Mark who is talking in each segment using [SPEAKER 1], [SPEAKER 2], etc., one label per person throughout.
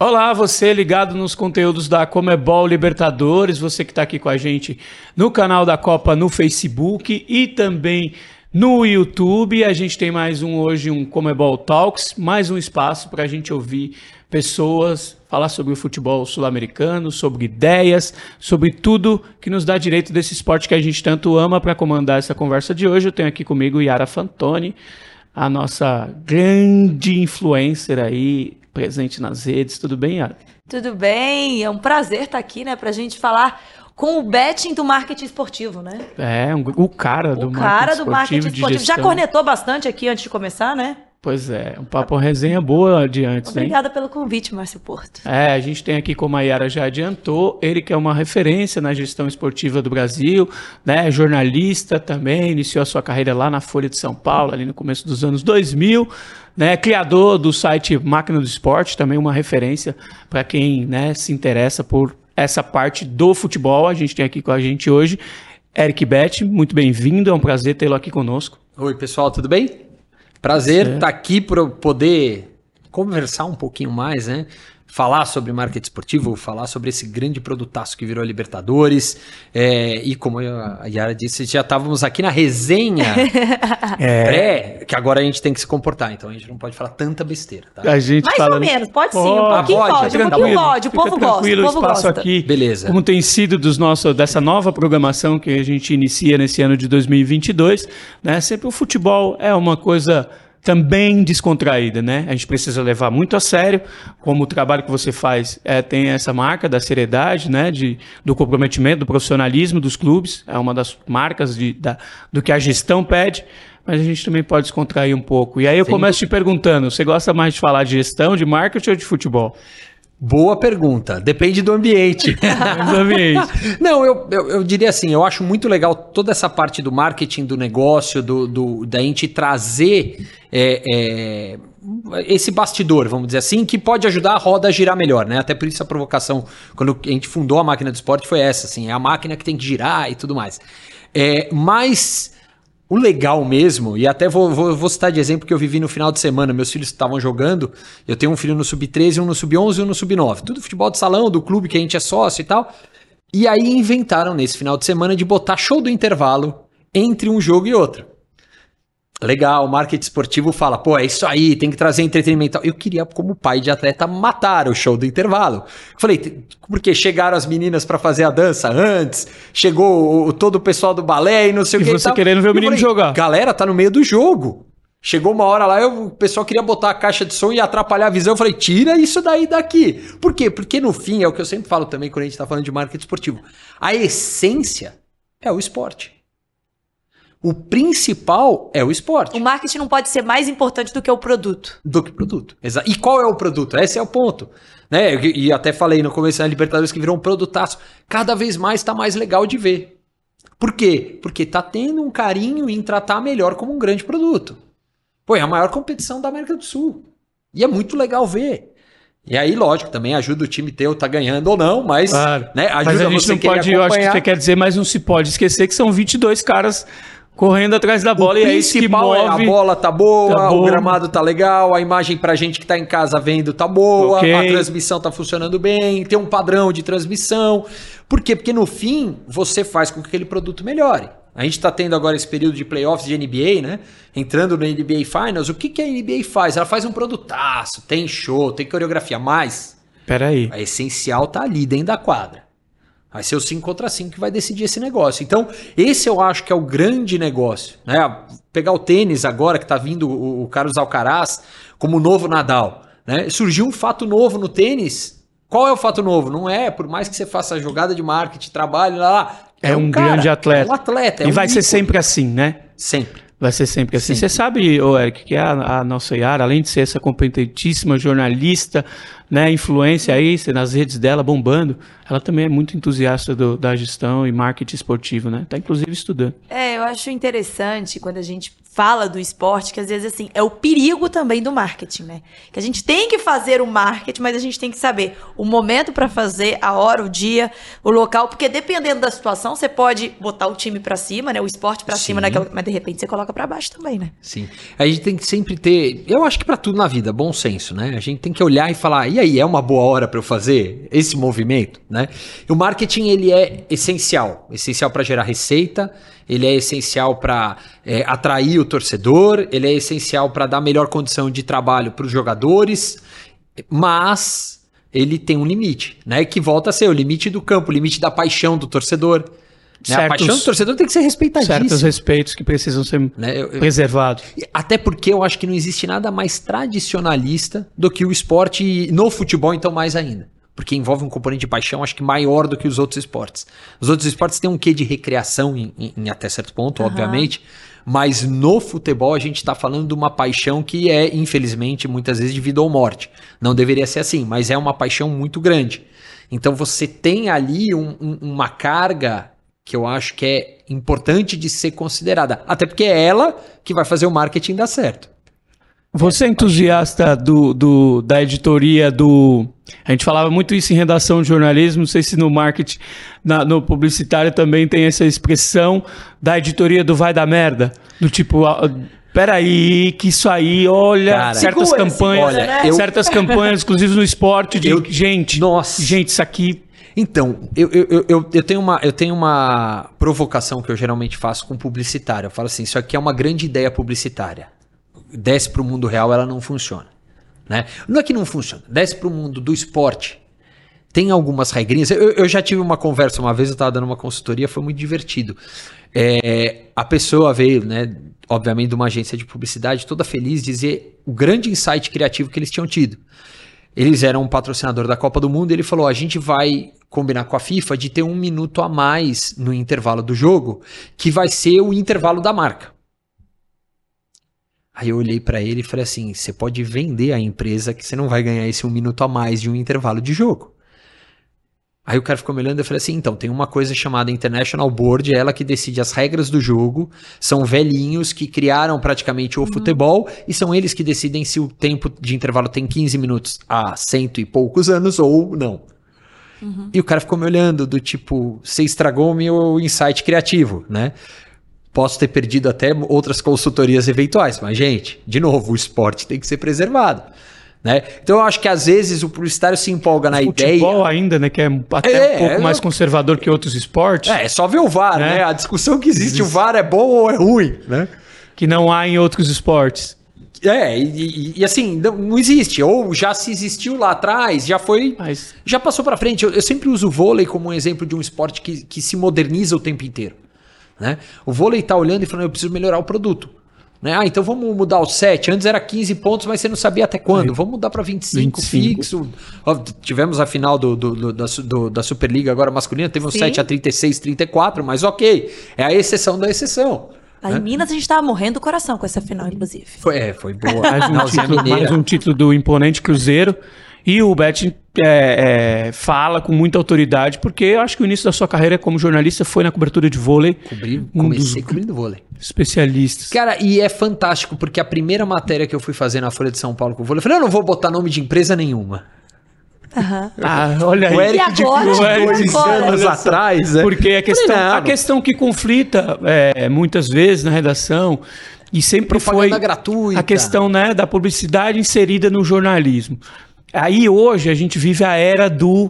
[SPEAKER 1] Olá, você ligado nos conteúdos da Conmebol Libertadores, você que está aqui com a gente no canal da Copa no Facebook e também no YouTube. A gente tem mais hoje um Conmebol Talks, mais um espaço para a gente ouvir pessoas, falar sobre o futebol sul-americano, sobre ideias, sobre tudo que nos dá direito desse esporte que a gente tanto ama. Para comandar essa conversa de hoje, eu tenho aqui comigo Yara Fantoni, a nossa grande influencer aí, presente nas redes. Tudo bem, Yara?
[SPEAKER 2] Tudo bem, é um prazer estar aqui, né, pra gente falar com o betting do marketing esportivo, né?
[SPEAKER 1] O cara do marketing esportivo.
[SPEAKER 2] Já cornetou bastante aqui antes de começar, né?
[SPEAKER 1] Pois é, um papo, uma resenha boa de antes,
[SPEAKER 2] Obrigada pelo convite, Márcio Porto.
[SPEAKER 1] A gente tem aqui, como a Yara já adiantou, ele que é uma referência na gestão esportiva do Brasil, né? Jornalista também, iniciou a sua carreira lá na Folha de São Paulo, ali no começo dos anos 2000, né? Criador do site Máquina do Esporte, também uma referência para quem, né, se interessa por essa parte do futebol. A gente tem aqui com a gente hoje Eric Beth, muito bem-vindo, é um prazer tê-lo aqui conosco.
[SPEAKER 3] Oi, pessoal, tudo bem? Prazer estar aqui para poder conversar um pouquinho mais, né? Falar sobre marketing esportivo, falar sobre esse grande produtaço que virou a Libertadores. E como a Yara disse, já estávamos aqui na resenha pré, que agora a gente tem que se comportar, então a gente não pode falar tanta besteira, tá?
[SPEAKER 1] A gente
[SPEAKER 2] mais ou menos, pode sim, um pouquinho pode, o povo gosta.
[SPEAKER 1] O povo gosta aqui,
[SPEAKER 3] beleza.
[SPEAKER 1] Como tem sido dessa nova programação que a gente inicia nesse ano de 2022, né? Sempre o futebol é uma coisa também descontraída, né? A gente precisa levar muito a sério, como o trabalho que você faz tem essa marca da seriedade, né? Do comprometimento, do profissionalismo dos clubes, é uma das marcas do que a gestão pede, mas a gente também pode descontrair um pouco. E aí eu começo te perguntando, você gosta mais de falar de gestão, de marketing ou de futebol?
[SPEAKER 3] Boa pergunta, depende do ambiente. Não, eu diria assim, eu acho muito legal toda essa parte do marketing, do negócio, da gente trazer esse bastidor, vamos dizer assim, que pode ajudar a roda a girar melhor, né? Até por isso a provocação, quando a gente fundou a Máquina do Esporte, foi essa, assim, é a máquina que tem que girar e tudo mais. Mas o legal mesmo, e até vou citar de exemplo que eu vivi no final de semana, meus filhos estavam jogando, eu tenho um filho no Sub-13, um no Sub-11 e um no Sub-9, tudo futebol de salão, do clube que a gente é sócio e tal, e aí inventaram nesse final de semana de botar show do intervalo entre um jogo e outro. Legal, o marketing esportivo fala, pô, é isso aí, tem que trazer entretenimento. Eu queria, como pai de atleta, matar o show do intervalo. Falei, porque chegaram as meninas pra fazer a dança antes, chegou todo o pessoal do balé e não sei o que.
[SPEAKER 1] E você querendo ver o menino jogar.
[SPEAKER 3] Galera, tá no meio do jogo. Chegou uma hora lá, o pessoal queria botar a caixa de som e atrapalhar a visão. Eu falei, tira isso daqui. Por quê? Porque no fim, é o que eu sempre falo também quando a gente tá falando de marketing esportivo. A essência é o esporte. O principal é o esporte.
[SPEAKER 2] O marketing não pode ser mais importante do que o produto.
[SPEAKER 3] Do que o produto. Exato. E qual é o produto? Esse é o ponto. Né? E até falei no começo da Libertadores que virou um produtaço. Cada vez mais está mais legal de ver. Por quê? Porque está tendo um carinho em tratar melhor como um grande produto. Pô, é a maior competição da América do Sul. E é muito legal ver. E aí, lógico, também ajuda o time teu tá ganhando ou não, mas,
[SPEAKER 1] claro,
[SPEAKER 3] né, ajuda
[SPEAKER 1] mas a gente
[SPEAKER 3] você
[SPEAKER 1] não pode, acompanhar. Eu acho que você quer dizer, mas não se pode esquecer que são 22 caras correndo atrás da bola, e é isso que move.
[SPEAKER 3] A bola tá boa, o gramado tá legal, a imagem pra gente que tá em casa vendo tá boa, a transmissão tá funcionando bem, tem um padrão de transmissão. Por quê? Porque no fim, você faz com que aquele produto melhore. A gente tá tendo agora esse período de playoffs de NBA, né? Entrando no NBA Finals, o que a NBA faz? Ela faz um produtaço, tem show, tem coreografia, mas
[SPEAKER 1] peraí,
[SPEAKER 3] a essencial tá ali dentro da quadra. Vai ser o 5 contra 5 que vai decidir esse negócio. Então, esse eu acho que é o grande negócio, né? Pegar o tênis agora, que tá vindo o Carlos Alcaraz como o novo Nadal, né? Surgiu um fato novo no tênis. Qual é o fato novo? Não é, por mais que você faça jogada de marketing, trabalho, lá.
[SPEAKER 1] É um grande atleta.
[SPEAKER 3] É um atleta.
[SPEAKER 1] E vai ser sempre assim, né?
[SPEAKER 3] Sempre.
[SPEAKER 1] Vai ser sempre assim.
[SPEAKER 3] Sim.
[SPEAKER 1] Você sabe, Eric, que a nossa Yara, além de ser essa competentíssima jornalista, né, influência aí nas redes dela bombando, ela também é muito entusiasta da gestão e marketing esportivo, né? Tá inclusive estudando.
[SPEAKER 2] Eu acho interessante quando a gente fala do esporte, que às vezes assim, é o perigo também do marketing, né? Que a gente tem que fazer o marketing, mas a gente tem que saber o momento para fazer, a hora, o dia, o local, porque dependendo da situação, você pode botar o time para cima, né? O esporte para cima, naquela, mas de repente você coloca para baixo também, né?
[SPEAKER 3] Sim. A gente tem que sempre ter, eu acho que para tudo na vida, bom senso, né? A gente tem que olhar e falar, e aí, é uma boa hora para eu fazer esse movimento, né? E o marketing, ele é essencial para gerar receita, ele é essencial para atrair o torcedor, ele é essencial para dar melhor condição de trabalho para os jogadores, mas ele tem um limite, né? Que volta a ser o limite do campo, o limite da paixão do torcedor. Né? A paixão do torcedor tem que ser respeitadíssima.
[SPEAKER 1] Certos respeitos que precisam ser preservados.
[SPEAKER 3] Até porque eu acho que não existe nada mais tradicionalista do que o esporte, no futebol então mais ainda. Porque envolve um componente de paixão, acho que maior do que os outros esportes. Os outros esportes têm um quê de recreação em até certo ponto, obviamente, mas no futebol a gente está falando de uma paixão que é, infelizmente, muitas vezes de vida ou morte. Não deveria ser assim, mas é uma paixão muito grande. Então você tem ali uma carga que eu acho que é importante de ser considerada, até porque é ela que vai fazer o marketing dar certo.
[SPEAKER 1] Você é entusiasta da editoria do... A gente falava muito isso em redação de jornalismo, não sei se no marketing, no publicitário também tem essa expressão da editoria do vai dar merda. Do tipo, peraí, que isso aí, olha, cara, certas campanhas, certas campanhas, inclusive no esporte, gente, isso aqui...
[SPEAKER 3] Então, eu tenho uma provocação que eu geralmente faço com publicitário. Eu falo assim, isso aqui é uma grande ideia publicitária. Desce para o mundo real, ela não funciona. Né? Não é que não funciona, desce para o mundo do esporte. Tem algumas regrinhas. Eu já tive uma conversa uma vez, eu estava dando uma consultoria, foi muito divertido. A pessoa veio, né, obviamente, de uma agência de publicidade, toda feliz, dizer o grande insight criativo que eles tinham tido. Eles eram um patrocinador da Copa do Mundo e ele falou, a gente vai combinar com a FIFA de ter 1 minuto a mais no intervalo do jogo, que vai ser o intervalo da marca. Aí eu olhei pra ele e falei assim, você pode vender a empresa que você não vai ganhar esse 1 minuto a mais de um intervalo de jogo. Aí o cara ficou me olhando e eu falei assim, então, tem uma coisa chamada International Board, ela que decide as regras do jogo, são velhinhos que criaram praticamente o futebol e são eles que decidem se o tempo de intervalo tem 15 minutos há 100 e poucos anos ou não. E o cara ficou me olhando do tipo, você estragou o meu insight criativo, né? Posso ter perdido até outras consultorias eventuais, mas, gente, de novo, o esporte tem que ser preservado. Né? Então eu acho que às vezes o publicitário se empolga na ideia. O
[SPEAKER 1] futebol ainda, né? Que é até um pouco mais conservador que outros esportes.
[SPEAKER 3] É só ver o VAR, né? A discussão que existe, o VAR é bom ou é ruim, né?
[SPEAKER 1] Que não há em outros esportes.
[SPEAKER 3] E assim, não existe. Ou já se existiu lá atrás, já passou pra frente. Eu sempre uso o vôlei como um exemplo de um esporte que se moderniza o tempo inteiro. Né? O vôlei tá olhando e falando, eu preciso melhorar o produto. Né? Então vamos mudar o 7. Antes era 15 pontos, mas você não sabia até quando. Vamos mudar para 25 fixo. Tivemos a final da Superliga agora masculina, teve um 7 a 36, 34, mas ok. É a exceção da exceção.
[SPEAKER 2] Lá em Minas a gente tava morrendo do coração com essa final, inclusive.
[SPEAKER 3] Foi boa.
[SPEAKER 1] Mais um título do imponente Cruzeiro. E o Betti fala com muita autoridade, porque eu acho que o início da sua carreira como jornalista foi na cobertura de vôlei.
[SPEAKER 3] Comecei cobrindo vôlei.
[SPEAKER 1] Especialistas.
[SPEAKER 3] Cara, e é fantástico, porque a primeira matéria que eu fui fazer na Folha de São Paulo com o vôlei, eu falei, eu não vou botar nome de empresa nenhuma.
[SPEAKER 1] Olha aí.
[SPEAKER 3] O Eric de 2 anos atrás.
[SPEAKER 1] Porque a questão que conflita muitas vezes na redação, e sempre foi
[SPEAKER 3] gratuita.
[SPEAKER 1] A questão, né, da publicidade inserida no jornalismo. Aí hoje a gente vive a era dos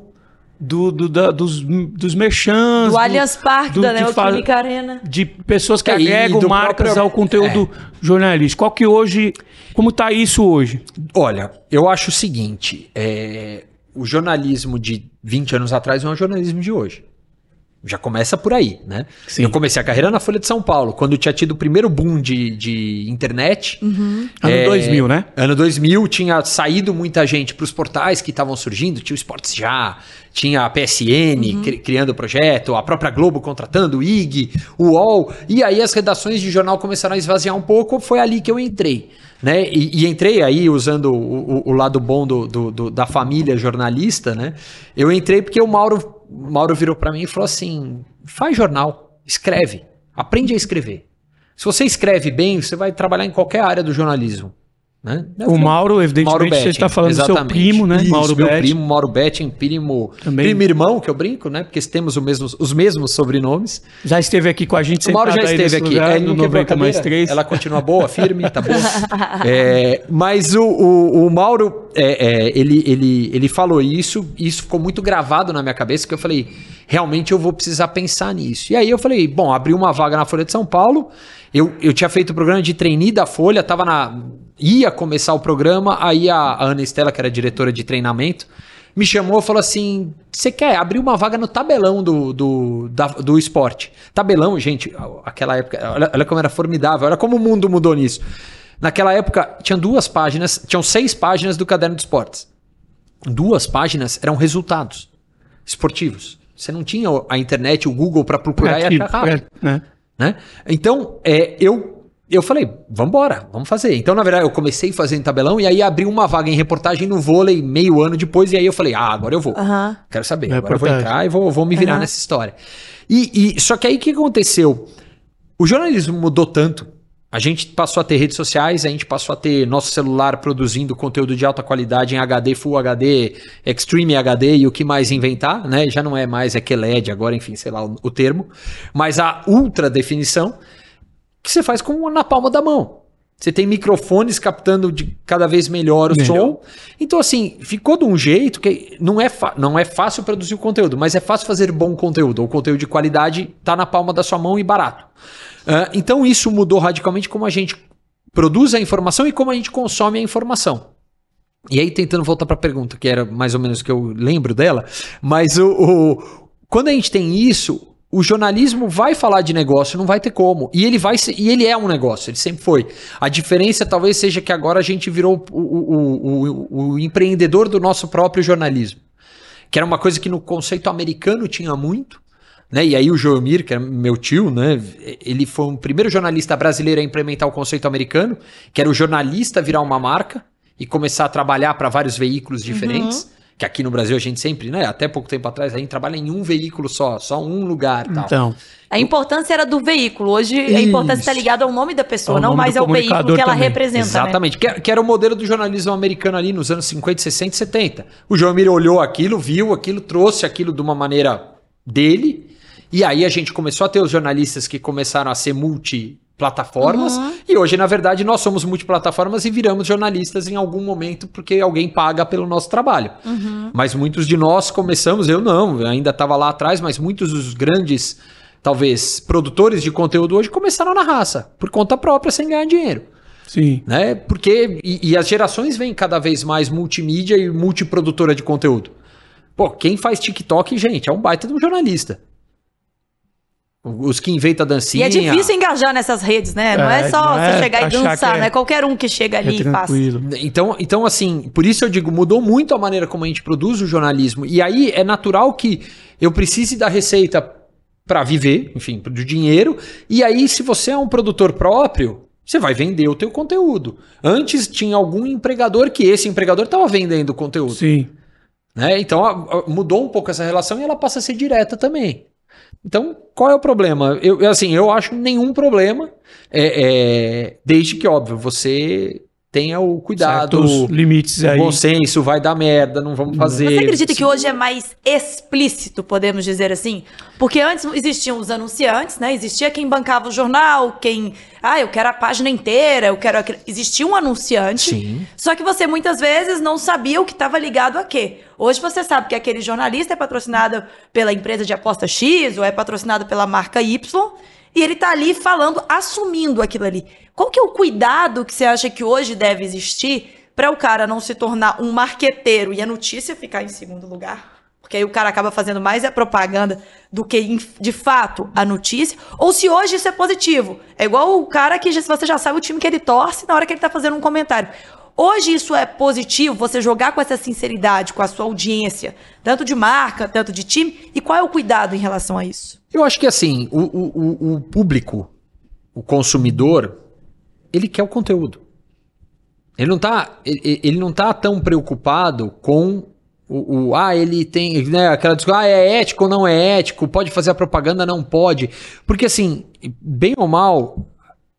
[SPEAKER 1] merchans.
[SPEAKER 2] Do Allianz Parque, da Neoquímica Arena.
[SPEAKER 1] De pessoas que agregam marcas ao conteúdo jornalístico. Qual que hoje... Como está isso hoje?
[SPEAKER 3] Olha, eu acho o seguinte. O jornalismo de 20 anos atrás não é o jornalismo de hoje. Já começa por aí, né? Sim. Eu comecei a carreira na Folha de São Paulo, quando tinha tido o primeiro boom de internet.
[SPEAKER 1] Ano 2000, né?
[SPEAKER 3] Ano 2000, tinha saído muita gente para os portais que estavam surgindo. Tinha o Esportes Já, tinha a PSN criando o projeto, a própria Globo contratando, o IG, o UOL. E aí as redações de jornal começaram a esvaziar um pouco, foi ali que eu entrei. Né? E entrei aí usando o lado bom da família jornalista, né? Eu entrei porque o Mauro virou para mim e falou assim, faz jornal, escreve, aprende a escrever. Se você escreve bem, você vai trabalhar em qualquer área do jornalismo. Né?
[SPEAKER 1] O Mauro, evidentemente,
[SPEAKER 3] Mauro Betting,
[SPEAKER 1] você está falando
[SPEAKER 3] exatamente.
[SPEAKER 1] do seu primo, né?
[SPEAKER 3] Isso,
[SPEAKER 1] Mauro
[SPEAKER 3] meu
[SPEAKER 1] Betting.
[SPEAKER 3] primo, Mauro Betting, primo irmão, que eu brinco, né? Porque temos os mesmos sobrenomes.
[SPEAKER 1] Já esteve aqui com a gente,
[SPEAKER 3] O Mauro já esteve aqui.
[SPEAKER 1] Lugar,
[SPEAKER 3] Ele
[SPEAKER 1] no
[SPEAKER 3] não quebrou a
[SPEAKER 1] 90 mais
[SPEAKER 3] cadeira?
[SPEAKER 1] 3.
[SPEAKER 3] Ela continua boa, firme, tá boa. Mas o Mauro, ele falou isso ficou muito gravado na minha cabeça, que eu falei, realmente eu vou precisar pensar nisso. E aí eu falei, bom, abri uma vaga na Folha de São Paulo, eu tinha feito o programa de trainee da Folha, ia começar o programa, aí a Ana Estela, que era diretora de treinamento, me chamou e falou assim, você quer abrir uma vaga no tabelão do esporte? Tabelão, gente, aquela época, olha como era formidável, olha como o mundo mudou nisso. Naquela época, tinham 6 páginas do Caderno de Esportes. 2 páginas eram resultados esportivos. Você não tinha a internet, o Google para procurar e achar rápido. Né? Então, eu falei, vamos fazer. Então, na verdade, eu comecei fazendo tabelão e aí abri uma vaga em reportagem no vôlei meio ano depois e aí eu falei, agora eu vou. Quero saber, agora eu vou entrar e vou me virar nessa história. Só que aí o que aconteceu? O jornalismo mudou tanto. A gente passou a ter redes sociais, a gente passou a ter nosso celular produzindo conteúdo de alta qualidade em HD, Full HD, Extreme HD e o que mais inventar, né? Já não é mais QLED agora, enfim, sei lá o termo. Mas a ultra definição que você faz na palma da mão. Você tem microfones captando de cada vez melhor o som. Então, assim, ficou de um jeito que não é fácil produzir o conteúdo, mas é fácil fazer bom conteúdo. O conteúdo de qualidade está na palma da sua mão e barato. Então isso mudou radicalmente como a gente produz a informação e como a gente consome a informação. E aí tentando voltar para a pergunta, que era mais ou menos o que eu lembro dela, mas quando a gente tem isso, o jornalismo vai falar de negócio, não vai ter como. E ele é um negócio, ele sempre foi. A diferença talvez seja que agora a gente virou o empreendedor do nosso próprio jornalismo, que era uma coisa que no conceito americano tinha muito. Né? E aí o Joelmir, que era meu tio, né? Ele foi o primeiro jornalista brasileiro a implementar o conceito americano, que era o jornalista virar uma marca e começar a trabalhar para vários veículos diferentes, que aqui no Brasil a gente sempre, né? Até pouco tempo atrás, a gente trabalha em um veículo só um lugar. Tal.
[SPEAKER 1] Então,
[SPEAKER 2] a importância era do veículo. Hoje a importância está ligada ao nome da pessoa, não mais ao veículo que ela representa.
[SPEAKER 3] Exatamente, né? que era o modelo do jornalismo americano ali nos anos 50, 60 e 70. O Joelmir olhou aquilo, viu aquilo, trouxe aquilo de uma maneira dele. E aí a gente começou a ter os jornalistas que começaram a ser multiplataformas. E hoje, na verdade, nós somos multiplataformas e viramos jornalistas em algum momento porque alguém paga pelo nosso trabalho. Mas muitos de nós começamos, eu não, ainda estava lá atrás, mas muitos dos grandes, talvez, produtores de conteúdo hoje começaram na raça, por conta própria, sem ganhar dinheiro.
[SPEAKER 1] Sim.
[SPEAKER 3] Né? Porque, e as gerações vêm cada vez mais multimídia e multiprodutora de conteúdo. Pô, quem faz TikTok, gente, é um baita de um jornalista. Os que inventam dancinha.
[SPEAKER 2] E é difícil engajar nessas redes, né? Não é só você chegar e dançar, não é qualquer um que chega ali e faz.
[SPEAKER 3] Então, assim, por isso eu digo, mudou muito a maneira como a gente produz o jornalismo. E aí é natural que eu precise da receita para viver, enfim, do dinheiro. E aí, se você é um produtor próprio, você vai vender o teu conteúdo. Antes tinha algum empregador que esse empregador estava vendendo o conteúdo.
[SPEAKER 1] Sim.
[SPEAKER 3] Né? Então mudou um pouco essa relação e ela passa a ser direta também. Então, qual é o problema? Eu acho nenhum problema, desde que, óbvio, você tenha o cuidado,
[SPEAKER 1] certos limites aí.
[SPEAKER 3] O bom senso, vai dar merda, não vamos fazer.
[SPEAKER 2] Você acredita que hoje é mais explícito, podemos dizer assim? Porque antes existiam os anunciantes, né? Existia quem bancava o jornal, eu quero a página inteira, existia um anunciante.
[SPEAKER 3] Sim.
[SPEAKER 2] Só que você muitas vezes não sabia o que estava ligado a quê. Hoje você sabe que aquele jornalista é patrocinado pela empresa de aposta X ou é patrocinado pela marca Y e ele tá ali falando, assumindo aquilo ali. Qual que é o cuidado que você acha que hoje deve existir para o cara não se tornar um marqueteiro e a notícia ficar em segundo lugar? Porque aí o cara acaba fazendo mais a propaganda do que, de fato, a notícia. Ou se hoje isso é positivo. É igual o cara que você já sabe o time que ele torce na hora que ele tá fazendo um comentário. Hoje isso é positivo, você jogar com essa sinceridade, com a sua audiência, tanto de marca, tanto de time, e qual é o cuidado em relação a isso?
[SPEAKER 3] Eu acho que assim, o público, o consumidor, ele quer o conteúdo. Ele não tá tão preocupado com ele tem, né, aquela discussão, é ético ou não é ético, pode fazer a propaganda, não pode. Porque assim, bem ou mal,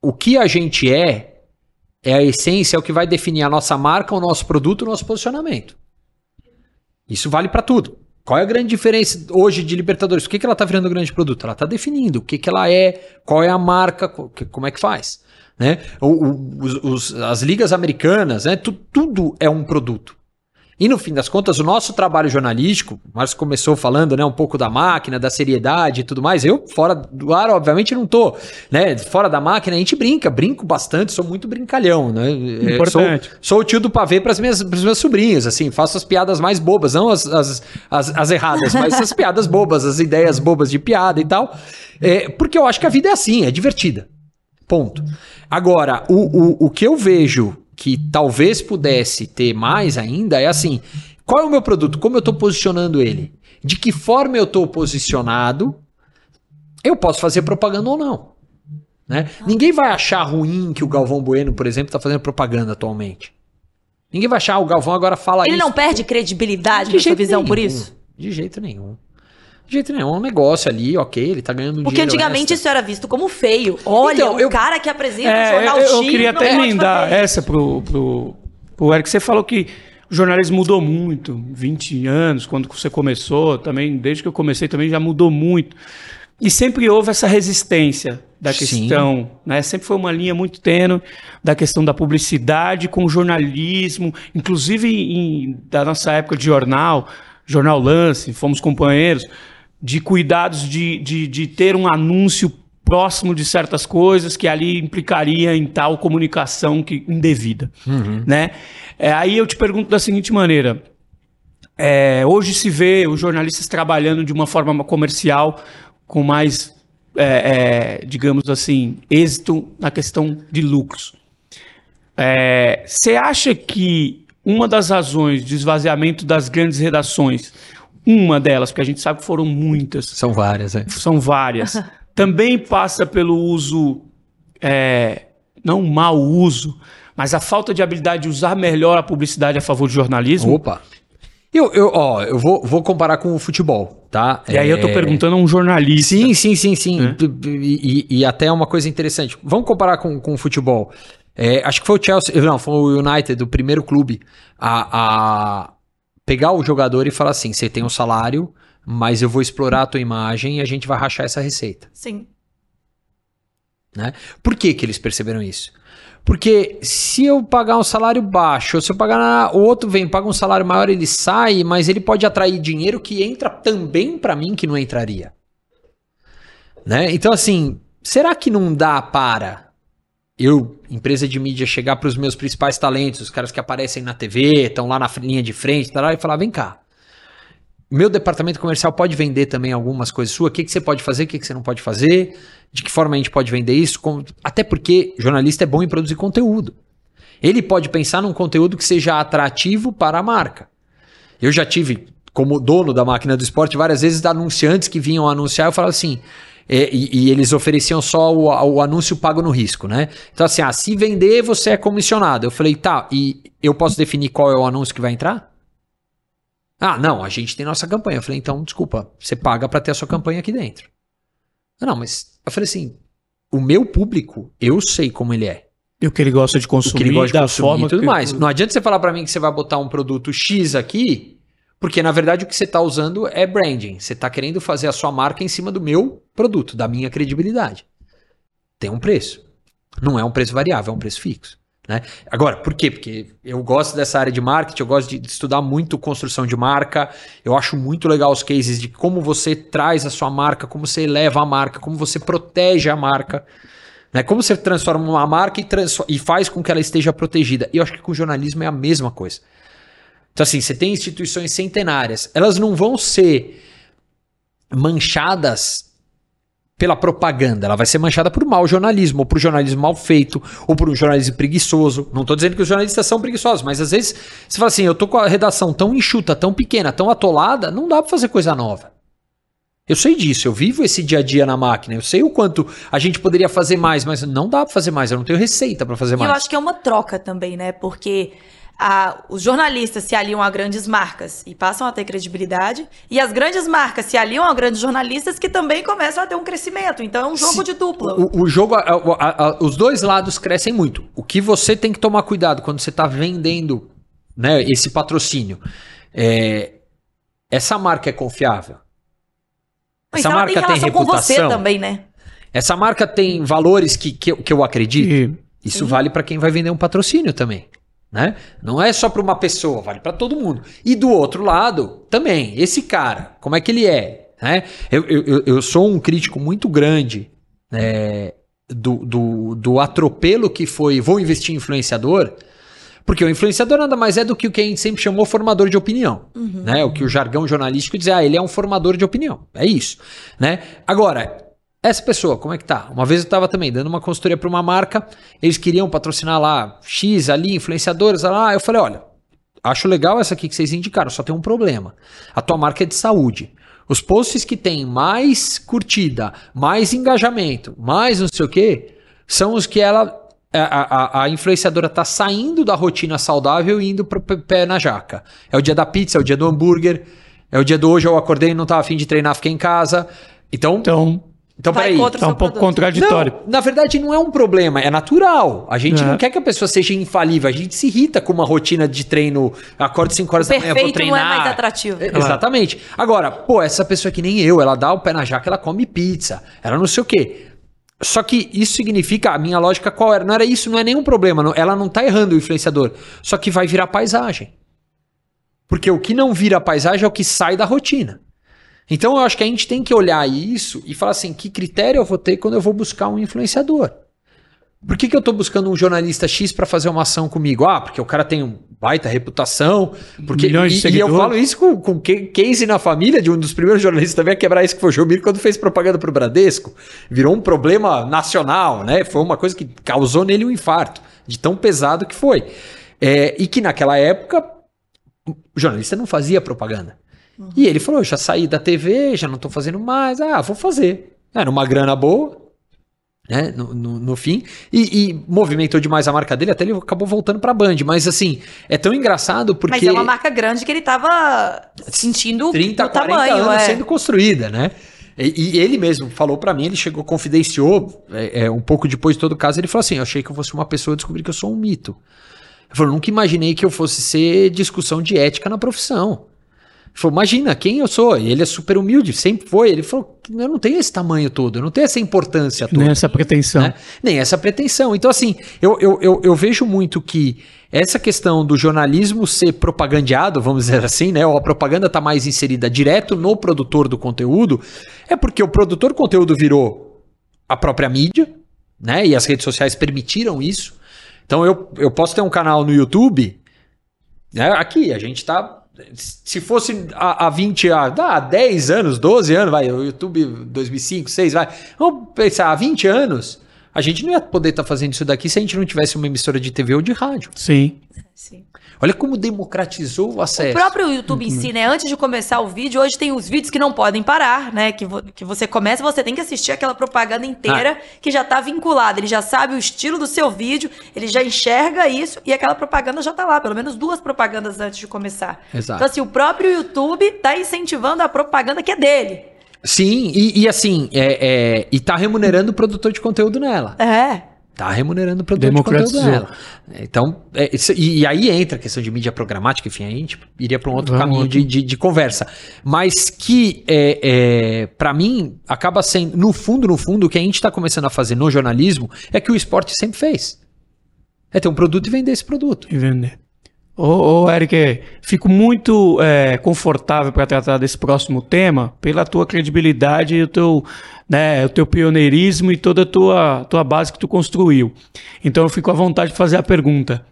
[SPEAKER 3] o que a gente é a essência, é o que vai definir a nossa marca, o nosso produto, o nosso posicionamento. Isso vale para tudo. Qual é a grande diferença hoje de Libertadores? Por que ela está virando grande produto? Ela está definindo o que ela é, qual é a marca, como é que faz. Né? As ligas americanas, né? Tudo é um produto. E no fim das contas, o nosso trabalho jornalístico, o Márcio começou falando, né, um pouco da máquina, da seriedade e tudo mais. Eu, fora do ar, obviamente, não tô, né? Fora da máquina, a gente brinco bastante, sou muito brincalhão, né?
[SPEAKER 1] Importante.
[SPEAKER 3] Sou o tio do pavê para os meus sobrinhos, assim, faço as piadas mais bobas, não as erradas, mas as piadas bobas, as ideias bobas de piada e tal. Porque eu acho que a vida é assim, é divertida. Ponto. Agora, o que eu vejo que talvez pudesse ter mais ainda é assim, qual é o meu produto? Como eu estou posicionando ele? De que forma eu estou posicionado? Eu posso fazer propaganda ou não. Né? Ninguém vai achar ruim que o Galvão Bueno, por exemplo, está fazendo propaganda atualmente. Ninguém vai achar, o Galvão agora fala
[SPEAKER 2] isso. Ele não perde credibilidade na sua visão por isso?
[SPEAKER 3] De jeito nenhum. De jeito nenhum, é um negócio ali, ok, ele tá ganhando dinheiro.
[SPEAKER 2] Porque antigamente isso era visto como feio. Olha,
[SPEAKER 3] então,
[SPEAKER 2] cara que apresenta o jornal X.
[SPEAKER 1] Eu queria até emendar essa pro Eric. Você falou que o jornalismo mudou muito, 20 anos, quando você começou, também, desde que eu comecei também já mudou muito. E sempre houve essa resistência da questão, né? Sempre foi uma linha muito tênue da questão da publicidade com o jornalismo, inclusive da nossa época de Jornal Lance, fomos companheiros, de cuidados de ter um anúncio próximo de certas coisas que ali implicaria em tal comunicação indevida. Né? Aí eu te pergunto da seguinte maneira, hoje se vê os jornalistas trabalhando de uma forma comercial com mais, digamos assim, êxito na questão de lucros. Você acha que uma das razões de esvaziamento das grandes redações, uma delas, porque a gente sabe que foram muitas.
[SPEAKER 3] São várias,
[SPEAKER 1] São várias. Também passa pelo uso, não o mau uso, mas a falta de habilidade de usar melhor a publicidade a favor do jornalismo?
[SPEAKER 3] Opa! Eu vou comparar com o futebol, tá?
[SPEAKER 1] E aí eu tô perguntando a um jornalista.
[SPEAKER 3] Sim. E até uma coisa interessante. Vamos comparar com o futebol. Acho que foi o Chelsea, não, foi o United, o primeiro clube a pegar o jogador e falar assim, você tem um salário, mas eu vou explorar a tua imagem e a gente vai rachar essa receita.
[SPEAKER 2] Sim.
[SPEAKER 3] Né? Por que eles perceberam isso? Porque se eu pagar um salário baixo, ou se eu pagar o outro vem, paga um salário maior, ele sai, mas ele pode atrair dinheiro que entra também para mim que não entraria. Né? Então assim, será que não dá para eu, empresa de mídia, chegar para os meus principais talentos, os caras que aparecem na TV, estão lá na linha de frente, e falar, vem cá, meu departamento comercial pode vender também algumas coisas suas, o que você pode fazer, o que você não pode fazer, de que forma a gente pode vender isso, até porque jornalista é bom em produzir conteúdo. Ele pode pensar num conteúdo que seja atrativo para a marca. Eu já tive, como dono da Máquina do Esporte, várias vezes anunciantes que vinham anunciar, eu falava assim, e eles ofereciam só o anúncio pago no risco, né? Então assim, se vender você é comissionado. Eu falei, tá, e eu posso definir qual é o anúncio que vai entrar? Ah, não, a gente tem nossa campanha. Eu falei, então, desculpa, você paga para ter a sua campanha aqui dentro. Não, mas eu falei assim, o meu público, eu sei como ele é.
[SPEAKER 1] E o que ele gosta de consumir,
[SPEAKER 3] o que ele gosta de
[SPEAKER 1] da
[SPEAKER 3] consumir
[SPEAKER 1] forma
[SPEAKER 3] e tudo mais. Não adianta você falar para mim que você vai botar um produto X aqui, porque na verdade o que você está usando é branding. Você está querendo fazer a sua marca em cima do meu produto, da minha credibilidade. Tem um preço. Não é um preço variável, é um preço fixo. Né? Agora, por quê? Porque eu gosto dessa área de marketing, eu gosto de estudar muito construção de marca, eu acho muito legal os cases de como você traz a sua marca, como você eleva a marca, como você protege a marca, né? Como você transforma uma marca e faz com que ela esteja protegida. E eu acho que com o jornalismo é a mesma coisa. Então assim, você tem instituições centenárias, elas não vão ser manchadas pela propaganda, ela vai ser manchada por mau jornalismo, ou por jornalismo mal feito, ou por um jornalismo preguiçoso. Não estou dizendo que os jornalistas são preguiçosos, mas às vezes você fala assim, eu tô com a redação tão enxuta, tão pequena, tão atolada, não dá para fazer coisa nova. Eu sei disso, eu vivo esse dia a dia na máquina, eu sei o quanto a gente poderia fazer mais, mas não dá para fazer mais, eu não tenho receita para fazer mais.
[SPEAKER 2] E eu acho que é uma troca também, né? Porque os jornalistas se aliam a grandes marcas e passam a ter credibilidade, e as grandes marcas se aliam a grandes jornalistas que também começam a ter um crescimento. Então é um jogo de dupla.
[SPEAKER 3] O jogo, os dois lados crescem muito. O que você tem que tomar cuidado quando você está vendendo, né, esse patrocínio, essa marca é confiável? Essa marca tem reputação
[SPEAKER 2] com você também, né?
[SPEAKER 3] Essa marca tem valores que eu acredito. Isso
[SPEAKER 2] Sim.
[SPEAKER 3] vale para quem vai vender um patrocínio também, né? Não é só para uma pessoa, vale para todo mundo. E do outro lado, também, esse cara, como é que ele é? Né? Eu sou um crítico muito grande do atropelo que foi, vou investir em influenciador, porque o influenciador nada mais é do que o que a gente sempre chamou formador de opinião. Né? O que o jargão jornalístico diz, ele é um formador de opinião. É isso. Né? Agora, essa pessoa, como é que tá? Uma vez eu estava também dando uma consultoria para uma marca, eles queriam patrocinar lá X ali, influenciadores lá, eu falei, olha, acho legal essa aqui que vocês indicaram, só tem um problema. A tua marca é de saúde. Os posts que tem mais curtida, mais engajamento, mais não sei o quê, são os que a influenciadora tá saindo da rotina saudável e indo pro pé na jaca. É o dia da pizza, é o dia do hambúrguer, é o dia do hoje eu acordei e não tava a fim de treinar, fiquei em casa. Então peraí.
[SPEAKER 1] Tá um pouco contraditório.
[SPEAKER 3] Não, na verdade, não é um problema, é natural. A gente não quer que a pessoa seja infalível. A gente se irrita com uma rotina de treino, acordo 5 horas da manhã, vou treinar.
[SPEAKER 2] Não é mais atrativo.
[SPEAKER 3] Exatamente. Agora, essa pessoa que nem eu, ela dá o pé na jaca, ela come pizza, ela não sei o quê. Só que isso significa, a minha lógica qual era? Não era isso, não é nenhum problema. Ela não tá errando o influenciador. Só que vai virar paisagem. Porque o que não vira paisagem é o que sai da rotina. Então eu acho que a gente tem que olhar isso e falar assim, que critério eu vou ter quando eu vou buscar um influenciador? Por que eu estou buscando um jornalista X para fazer uma ação comigo? Porque o cara tem uma baita reputação. Porque,
[SPEAKER 1] milhões de seguidores.
[SPEAKER 3] E eu falo isso com case na família de um dos primeiros jornalistas também a quebrar isso, que foi o Jomir, quando fez propaganda para o Bradesco. Virou um problema nacional, né? Foi uma coisa que causou nele um infarto, de tão pesado que foi. E que naquela época o jornalista não fazia propaganda. E ele falou, eu já saí da TV, já não tô fazendo mais, vou fazer. Era uma grana boa, né, no fim, e movimentou demais a marca dele, até ele acabou voltando pra Band, mas assim, é tão engraçado porque...
[SPEAKER 2] Mas é uma marca grande que ele tava sentindo
[SPEAKER 3] 30,
[SPEAKER 2] o
[SPEAKER 3] 40
[SPEAKER 2] tamanho,
[SPEAKER 3] anos sendo construída, né? E ele mesmo falou pra mim, ele chegou, confidenciou, um pouco depois de todo o caso, ele falou assim, eu achei que eu fosse uma pessoa, eu descobri que eu sou um mito. Ele falou, nunca imaginei que eu fosse ser discussão de ética na profissão. Ele falou, imagina, quem eu sou? E ele é super humilde, sempre foi. Ele falou, eu não tenho esse tamanho todo, eu não tenho essa importância toda.
[SPEAKER 1] Nem essa pretensão.
[SPEAKER 3] Né? Nem essa pretensão. Então, assim, eu vejo muito que essa questão do jornalismo ser propagandeado, vamos dizer assim, né? Ou a propaganda está mais inserida direto no produtor do conteúdo, é porque o produtor do conteúdo virou a própria mídia, né? E as redes sociais permitiram isso. Então, eu posso ter um canal no YouTube, né? Aqui, a gente está... Se fosse há 10 anos, 12 anos, vai, o YouTube 2005, 2006, vai. Vamos pensar, há 20 anos, a gente não ia poder estar fazendo isso daqui se a gente não tivesse uma emissora de TV ou de rádio.
[SPEAKER 1] Sim.
[SPEAKER 3] Olha como democratizou o acesso.
[SPEAKER 2] O próprio YouTube em si, né? Antes de começar o vídeo, hoje tem os vídeos que não podem parar, né? Que você começa, você tem que assistir aquela propaganda inteira que já tá vinculada. Ele já sabe o estilo do seu vídeo, ele já enxerga isso e aquela propaganda já tá lá. Pelo menos 2 propagandas antes de começar.
[SPEAKER 3] Exato.
[SPEAKER 2] Então, assim, o próprio YouTube tá incentivando a propaganda que é dele.
[SPEAKER 3] Sim, e assim, e tá remunerando o produtor de conteúdo nela. Tá remunerando o produtor de conteúdo dela. Então, e aí entra a questão de mídia programática, enfim, a gente iria para um outro caminho de conversa. Mas que, para mim, acaba sendo, no fundo, o que a gente está começando a fazer no jornalismo é que o esporte sempre fez. É ter um produto e vender esse produto.
[SPEAKER 1] E vender. Eric, fico muito confortável para tratar desse próximo tema pela tua credibilidade e o teu pioneirismo e toda a tua base que tu construiu. Então eu fico à vontade de fazer a pergunta.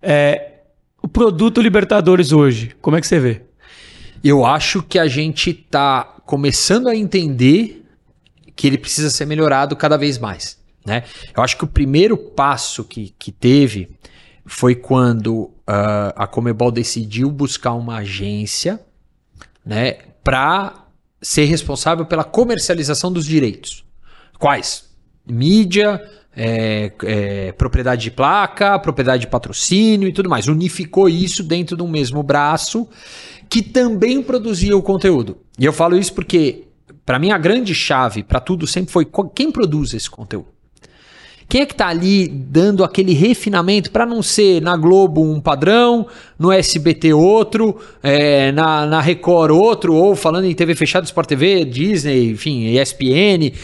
[SPEAKER 1] O produto Libertadores hoje, como é que você vê?
[SPEAKER 3] Eu acho que a gente está começando a entender que ele precisa ser melhorado cada vez mais, né? Eu acho que o primeiro passo que teve foi quando a Conmebol decidiu buscar uma agência, né, para ser responsável pela comercialização dos direitos. Quais? mídia, propriedade de placa, propriedade de patrocínio e tudo mais. Unificou isso dentro de um mesmo braço que também produzia o conteúdo. E eu falo isso porque, para mim, a grande chave para tudo sempre foi quem produz esse conteúdo. Quem é que está ali dando aquele refinamento para não ser na Globo um padrão, no SBT outro, na Record outro, ou falando em TV fechada, Sport TV, Disney, enfim, ESPN.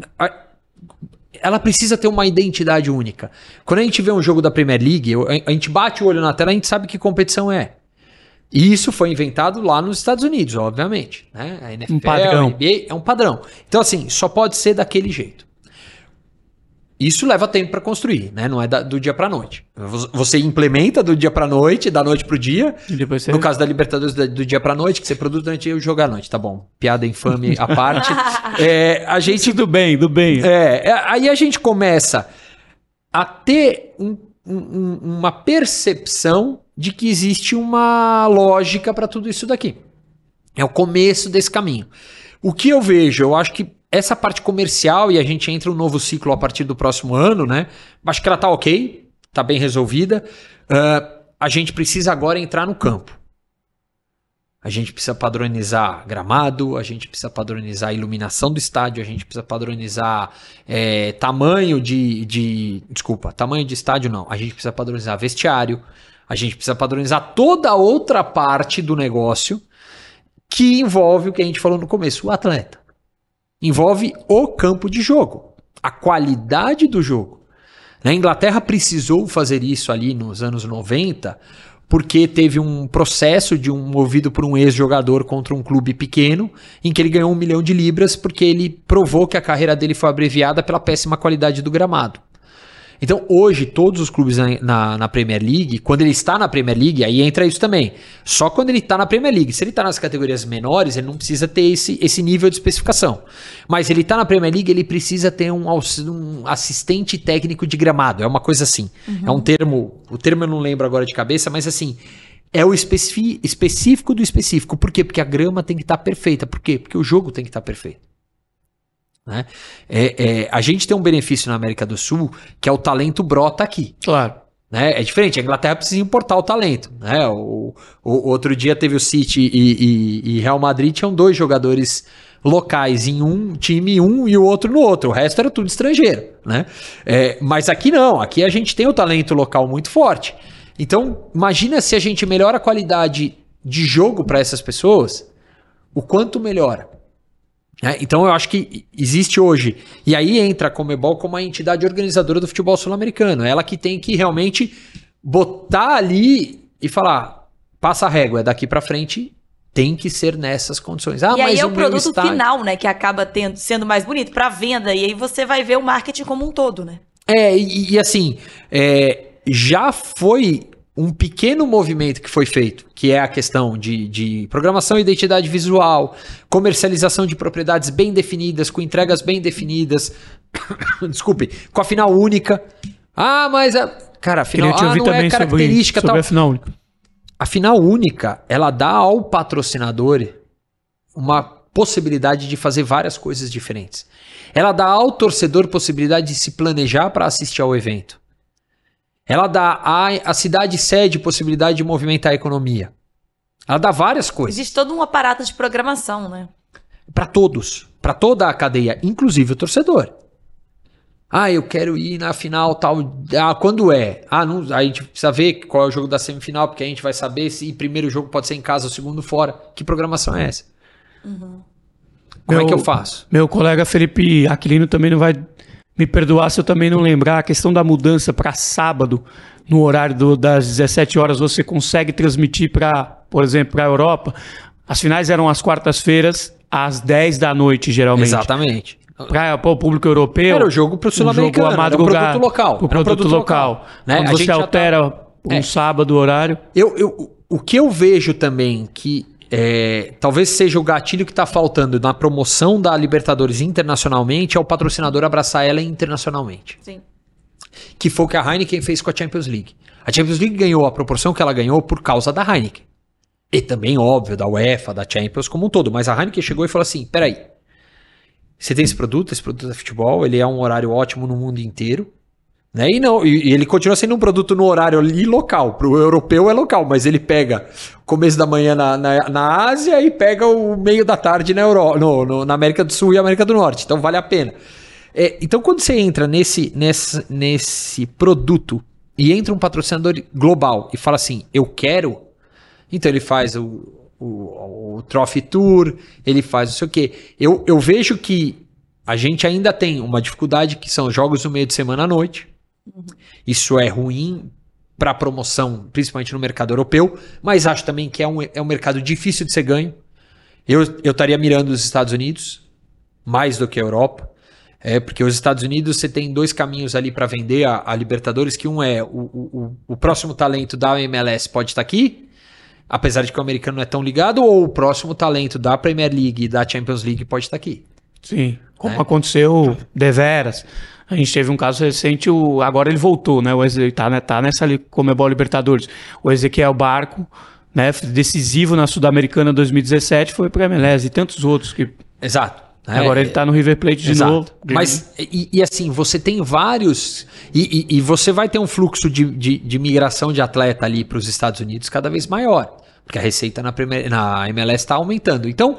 [SPEAKER 3] Ela precisa ter uma identidade única. Quando a gente vê um jogo da Premier League, a gente bate o olho na tela, a gente sabe que competição é. E isso foi inventado lá nos Estados Unidos, obviamente. Né? A NFL,
[SPEAKER 1] Um padrão.
[SPEAKER 3] a NBA é um padrão. Então, assim, só pode ser daquele jeito. Isso leva tempo para construir, né? Não é do dia para noite. Você implementa do dia para noite, da noite pro dia.
[SPEAKER 1] E depois você...
[SPEAKER 3] No caso da Libertadores, do dia para noite, que você produz durante o jogo à noite, tá bom? Piada infame à parte. A gente
[SPEAKER 1] do bem.
[SPEAKER 3] Aí a gente começa a ter uma percepção de que existe uma lógica para tudo isso daqui. É o começo desse caminho. O que eu vejo, eu acho que essa parte comercial, e a gente entra em um novo ciclo a partir do próximo ano, né? Acho que ela tá ok, tá bem resolvida. A gente precisa agora entrar no campo. A gente precisa padronizar gramado, a gente precisa padronizar a iluminação do estádio, a gente precisa padronizar tamanho de estádio não. A gente precisa padronizar vestiário, a gente precisa padronizar toda a outra parte do negócio que envolve o que a gente falou no começo, o atleta. Envolve o campo de jogo, a qualidade do jogo. A Inglaterra precisou fazer isso ali nos anos 90, porque teve um processo movido por um ex-jogador contra um clube pequeno, em que ele ganhou 1 milhão de libras, porque ele provou que a carreira dele foi abreviada pela péssima qualidade do gramado. Então, hoje, todos os clubes na Premier League, quando ele está na Premier League, aí entra isso também. Só quando ele está na Premier League. Se ele está nas categorias menores, ele não precisa ter esse nível de especificação. Mas ele está na Premier League, ele precisa ter um assistente técnico de gramado. É uma coisa assim. É um termo, o termo eu não lembro agora de cabeça, mas assim, é o específico do específico. Por quê? Porque a grama tem que estar perfeita. Por quê? Porque o jogo tem que estar perfeito. Né? A gente tem um benefício na América do Sul que é o talento brota aqui.
[SPEAKER 1] Claro.
[SPEAKER 3] Né? É diferente, a Inglaterra precisa importar o talento. Né? O outro dia teve o City e Real Madrid, tinham 2 jogadores locais em um time e o outro no outro. O resto era tudo estrangeiro. Né? Mas aqui não, aqui a gente tem o talento local muito forte. Então, imagina se a gente melhora a qualidade de jogo para essas pessoas, o quanto melhora. Então eu acho que existe hoje, e aí entra a Conmebol como a entidade organizadora do futebol sul-americano, ela que tem que realmente botar ali e falar, passa a régua, daqui pra frente tem que ser nessas condições.
[SPEAKER 2] E aí é o produto final, né, que acaba sendo mais bonito pra venda, e aí você vai ver o marketing como um todo, né?
[SPEAKER 3] Assim, já foi um pequeno movimento que foi feito, que é a questão de programação e identidade visual, comercialização de propriedades bem definidas, com entregas bem definidas, desculpe, com a final única. Mas, cara, a final não é característica
[SPEAKER 1] sobre
[SPEAKER 3] tal.
[SPEAKER 1] A final única.
[SPEAKER 3] A final única, ela dá ao patrocinador uma possibilidade de fazer várias coisas diferentes. Ela dá ao torcedor possibilidade de se planejar para assistir ao evento. Ela dá à cidade sede possibilidade de movimentar a economia. Ela dá várias coisas.
[SPEAKER 2] Existe todo um aparato de programação, né?
[SPEAKER 3] Para todos, para toda a cadeia, inclusive o torcedor. Eu quero ir na final tal. Quando é? Não, a gente precisa ver qual é o jogo da semifinal, porque a gente vai saber se o primeiro jogo pode ser em casa ou o segundo fora. Que programação é essa? Como é que eu faço?
[SPEAKER 1] Meu colega Felipe Aquilino também não vai me perdoar se eu também não lembrar, a questão da mudança para sábado, no horário das 17 horas, você consegue transmitir para, por exemplo, para a Europa. As finais eram às quartas-feiras, às 10 da noite, geralmente.
[SPEAKER 3] Exatamente.
[SPEAKER 1] Para o público europeu.
[SPEAKER 3] Era o jogo para o sul-americano, era o produto local.
[SPEAKER 1] O produto local.
[SPEAKER 3] Né?
[SPEAKER 1] Quando você altera um sábado o horário.
[SPEAKER 3] O que eu vejo também que talvez seja o gatilho que está faltando na promoção da Libertadores internacionalmente é o patrocinador abraçar ela internacionalmente.
[SPEAKER 2] Sim.
[SPEAKER 3] Que foi o que a Heineken fez com a Champions League. A Champions League ganhou a proporção que ela ganhou por causa da Heineken. E também, óbvio, da UEFA, da Champions como um todo. Mas a Heineken chegou e falou assim, peraí, Você tem esse produto é futebol, ele é um horário ótimo no mundo inteiro. Né? E ele continua sendo um produto no horário ali local. Para o europeu é local, mas ele pega começo da manhã na Ásia e pega o meio da tarde na América do Sul e América do Norte. Então vale a pena. Então quando você entra nesse produto e entra um patrocinador global e fala assim, eu quero, então ele faz o Trophy Tour, ele faz não sei o quê. Eu vejo que a gente ainda tem uma dificuldade que são jogos no meio de semana à noite. Isso é ruim para promoção, principalmente no mercado europeu, mas acho também que é um mercado difícil de ser ganho. Eu estaria mirando os Estados Unidos mais do que a Europa, porque os Estados Unidos você tem 2 caminhos ali para vender a Libertadores, que um é o próximo talento da MLS pode estar aqui, apesar de que o americano não é tão ligado, ou o próximo talento da Premier League e da Champions League pode estar aqui.
[SPEAKER 1] Sim, como aconteceu deveras. A gente teve um caso recente, agora ele voltou, né? O tá nessa Conmebol Libertadores. O Ezequiel Barco, né? Decisivo na Sul-Americana 2017, foi para a MLS e tantos outros.
[SPEAKER 3] Exato.
[SPEAKER 1] Agora ele tá no River Plate de novo.
[SPEAKER 3] Mas, assim, você tem vários... E você vai ter um fluxo de migração de atleta ali para os Estados Unidos cada vez maior. Porque a receita na MLS está aumentando. Então,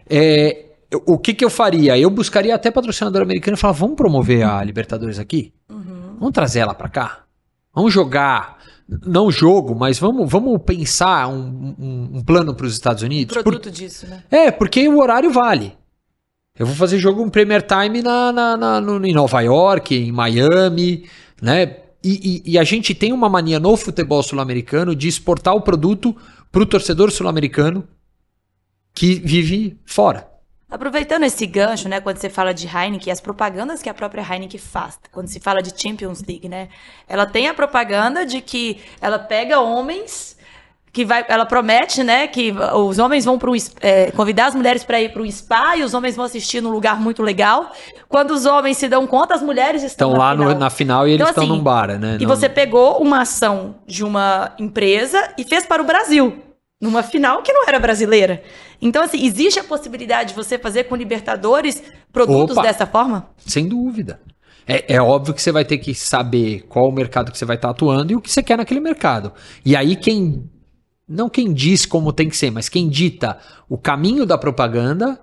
[SPEAKER 3] o que eu faria? Eu buscaria até patrocinador americano e falar, vamos promover a Libertadores aqui? Vamos trazer ela para cá? Vamos jogar, não jogo, mas vamos pensar um plano para os Estados Unidos?
[SPEAKER 2] Produto disso, né?
[SPEAKER 3] Porque o horário vale. Eu vou fazer jogo em Premier Time em Nova York, em Miami, né? E a gente tem uma mania no futebol sul-americano de exportar o produto para o torcedor sul-americano que vive fora.
[SPEAKER 2] Aproveitando esse gancho, né, quando você fala de Heineken, as propagandas que a própria Heineken faz, quando se fala de Champions League, né, ela tem a propaganda de que ela pega homens, ela promete, né, que os homens vão convidar as mulheres para ir para um spa e os homens vão assistir num lugar muito legal. Quando os homens se dão conta, as mulheres estão
[SPEAKER 3] lá na final e eles estão num bar, né?
[SPEAKER 2] E você pegou uma ação de uma empresa e fez para o Brasil. Numa final que não era brasileira. Então, assim, existe a possibilidade de você fazer com Libertadores produtos dessa forma?
[SPEAKER 3] Sem dúvida. É óbvio que você vai ter que saber qual o mercado que você vai estar atuando e o que você quer naquele mercado. E aí não quem diz como tem que ser, mas quem dita o caminho da propaganda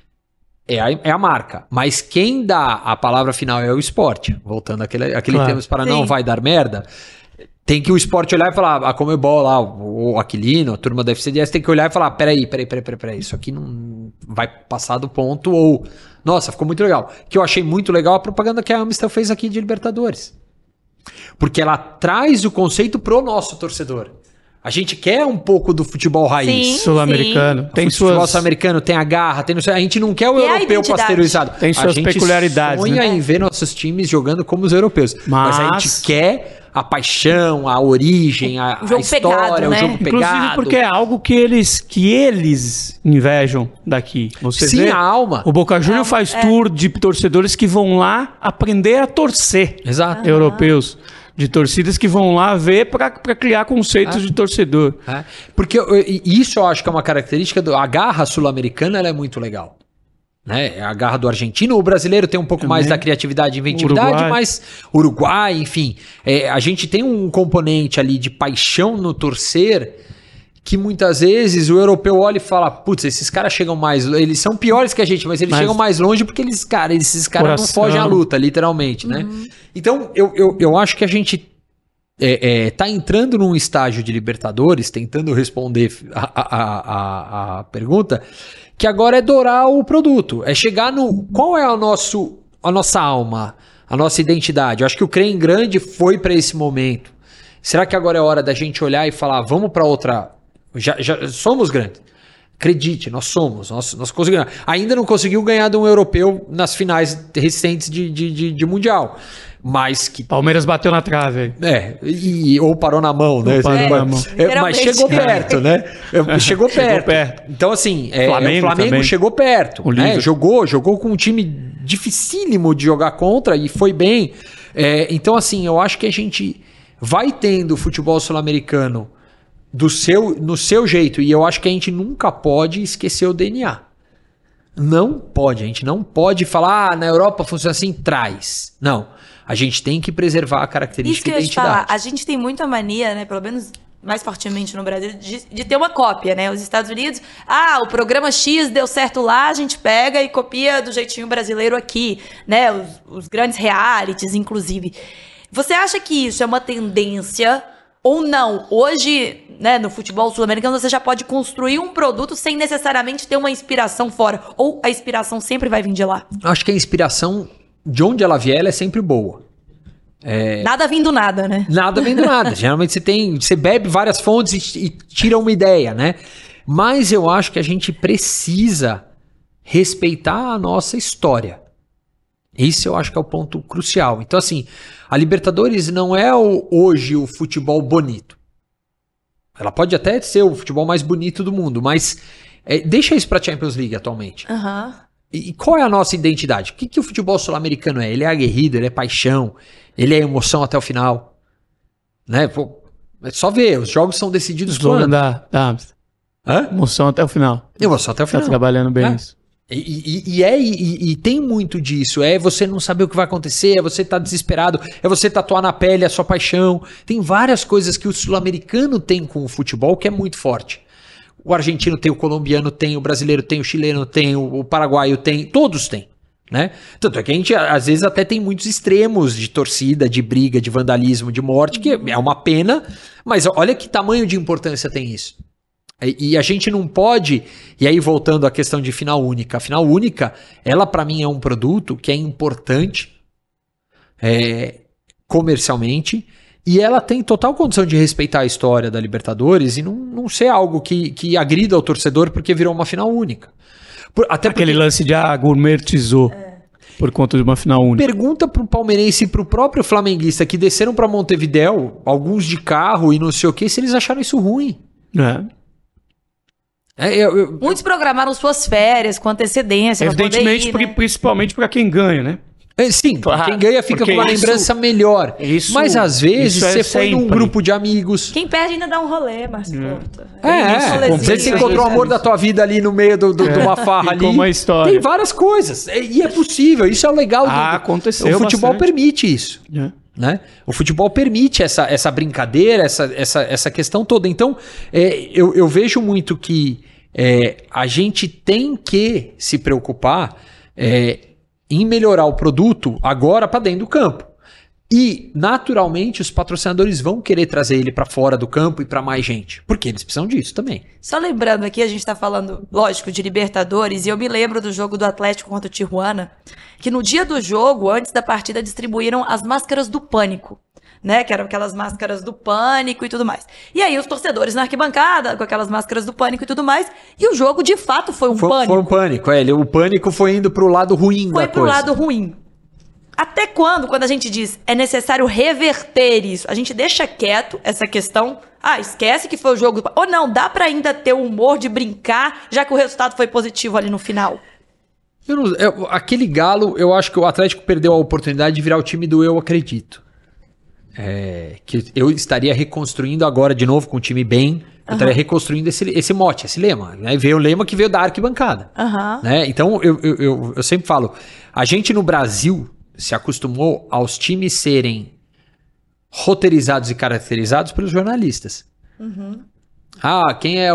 [SPEAKER 3] é a marca. Mas quem dá a palavra final é o esporte. Voltando àquele tema para não vai dar merda. Tem que o esporte olhar e falar, a Conmebol lá, o Aquilino, a turma da FCDS tem que olhar e falar, peraí, isso aqui não vai passar do ponto, ou, nossa, ficou muito legal. Que eu achei muito legal a propaganda que a Amistel fez aqui de Libertadores. Porque ela traz o conceito pro nosso torcedor. A gente quer um pouco do futebol raiz.
[SPEAKER 1] Sul-americano.
[SPEAKER 3] O futebol sul-americano tem a garra, a gente não quer o europeu pasteurizado.
[SPEAKER 1] Tem suas peculiaridades.
[SPEAKER 3] A gente sonha em ver nossos times jogando como os europeus. Mas a gente quer a paixão, a origem, a história, o jogo pegado.
[SPEAKER 1] Inclusive porque é algo que eles invejam daqui. Você vê,
[SPEAKER 3] a alma.
[SPEAKER 1] O Boca Juniors faz tour de torcedores que vão lá aprender a torcer.
[SPEAKER 3] Exato.
[SPEAKER 1] Europeus. De torcidas que vão lá ver para criar conceitos de torcedor.
[SPEAKER 3] Porque isso eu acho que é uma característica a garra sul-americana, ela é muito legal. Né? A garra do argentino, o brasileiro tem um pouco mais da criatividade e inventividade, mas Uruguai, enfim. A gente tem um componente ali de paixão no torcer que muitas vezes o europeu olha e fala, putz, esses caras chegam mais... Eles são piores que a gente, mas eles chegam mais longe porque esses caras não fogem à luta, literalmente, né? Então, eu acho que a gente tá entrando num estágio de Libertadores, tentando responder a pergunta, que agora é dourar o produto. É chegar no... Qual é a nossa alma, a nossa identidade? Eu acho que o CREM Grande foi para esse momento. Será que agora é hora da gente olhar e falar, vamos para outra... Já somos grandes. Acredite, nós somos. Nós conseguimos. Ainda não conseguiu ganhar de um europeu nas finais recentes de Mundial. Mas que...
[SPEAKER 1] Palmeiras bateu na trave.
[SPEAKER 3] Ou parou na mão, né? Mas chegou perto, né? Chegou perto. Então, assim, o Flamengo chegou perto. Né? Jogou com um time dificílimo de jogar contra e foi bem. Então, assim, eu acho que a gente vai tendo o futebol sul-americano no seu jeito, e eu acho que a gente nunca pode esquecer o DNA. Não pode, a gente não pode falar, na Europa funciona assim, traz. Não, a gente tem que preservar a característica
[SPEAKER 2] Isso que
[SPEAKER 3] e
[SPEAKER 2] eu ia te
[SPEAKER 3] identidade.
[SPEAKER 2] falar, a gente tem muita mania, né, pelo menos mais fortemente no Brasil, de ter uma cópia, né? Os Estados Unidos, o programa X deu certo lá, a gente pega e copia do jeitinho brasileiro aqui, né? Os grandes realities, inclusive. Você acha que isso é uma tendência ou não? Hoje, né, no futebol sul-americano, você já pode construir um produto sem necessariamente ter uma inspiração fora. Ou a inspiração sempre vai vir de lá?
[SPEAKER 3] Acho que a inspiração, de onde ela vier, ela é sempre boa.
[SPEAKER 2] Nada vindo nada, né?
[SPEAKER 3] Nada vem do nada. Geralmente você bebe várias fontes e tira uma ideia, né? Mas eu acho que a gente precisa respeitar a nossa história. Isso eu acho que é o ponto crucial. Então, assim, a Libertadores não é hoje o futebol bonito. Ela pode até ser o futebol mais bonito do mundo, mas deixa isso para a Champions League atualmente. E qual é a nossa identidade? O que o futebol sul-americano é? Ele é aguerrido, ele é paixão, ele é emoção até o final. Né? Pô, é só ver, os jogos são decididos quando?
[SPEAKER 1] Emoção até o final.
[SPEAKER 3] Emoção até o final.
[SPEAKER 1] Tá trabalhando bem isso.
[SPEAKER 3] E tem muito disso. É você não saber o que vai acontecer, é você estar desesperado, é você tatuar na pele a sua paixão. Tem várias coisas que o sul-americano tem com o futebol que é muito forte. O argentino tem, o colombiano tem, o brasileiro tem, o chileno tem, o paraguaio tem, todos têm, né? Tanto é que a gente, às vezes, até tem muitos extremos de torcida, de briga, de vandalismo, de morte, que é uma pena, mas olha que tamanho de importância tem isso. E a gente não pode, e aí voltando à questão de final única, a final única, ela para mim é um produto que é importante comercialmente, e ela tem total condição de respeitar a história da Libertadores e não ser algo que agrida o torcedor porque virou uma final única.
[SPEAKER 1] Aquele lance de gourmetizou por conta de uma final única.
[SPEAKER 3] Pergunta pro palmeirense e pro próprio flamenguista que desceram para Montevidéu, alguns de carro e não sei o que, se eles acharam isso ruim.
[SPEAKER 2] Muitos programaram suas férias com antecedência.
[SPEAKER 1] Evidentemente,
[SPEAKER 2] poder ir, né?
[SPEAKER 1] Principalmente para quem ganha, né?
[SPEAKER 3] Sim,
[SPEAKER 1] claro,
[SPEAKER 3] quem ganha fica com uma lembrança melhor. Mas às vezes você foi num grupo de amigos.
[SPEAKER 2] Quem perde ainda dá um rolê, Márcio Porto.
[SPEAKER 3] Às vezes você encontrou o amor da tua vida ali no meio de uma farra ali.
[SPEAKER 1] Uma história.
[SPEAKER 3] Tem várias coisas. E é possível, isso é o legal.
[SPEAKER 1] Aconteceu.
[SPEAKER 3] O futebol
[SPEAKER 1] bastante.
[SPEAKER 3] Permite isso. Né? O futebol permite essa brincadeira, essa questão toda. Então, eu vejo muito que a gente tem que se preocupar em melhorar o produto agora para dentro do campo. E, naturalmente, os patrocinadores vão querer trazer ele para fora do campo e para mais gente. Porque eles precisam disso também.
[SPEAKER 2] Só lembrando aqui, a gente tá falando, lógico, de Libertadores, e eu me lembro do jogo do Atlético contra o Tijuana, que no dia do jogo, antes da partida, distribuíram as máscaras do pânico, né? Que eram aquelas máscaras do pânico e tudo mais. E aí os torcedores na arquibancada, com aquelas máscaras do pânico e tudo mais, e o jogo, de fato, foi um pânico.
[SPEAKER 3] Foi um pânico, o pânico foi indo pro lado ruim da coisa.
[SPEAKER 2] Foi pro lado ruim. Até quando a gente diz é necessário reverter isso, a gente deixa quieto essa questão, esquece que foi o jogo, ou não, dá pra ainda ter o humor de brincar, já que o resultado foi positivo ali no final?
[SPEAKER 3] Aquele Galo, eu acho que o Atlético perdeu a oportunidade de virar o time do eu acredito. Que eu estaria reconstruindo agora de novo com o time bem, eu estaria reconstruindo esse mote, esse lema. Né? Veio o lema que veio da arquibancada. Né? Então, eu sempre falo, a gente no Brasil se acostumou aos times serem roteirizados e caracterizados pelos jornalistas. Quem é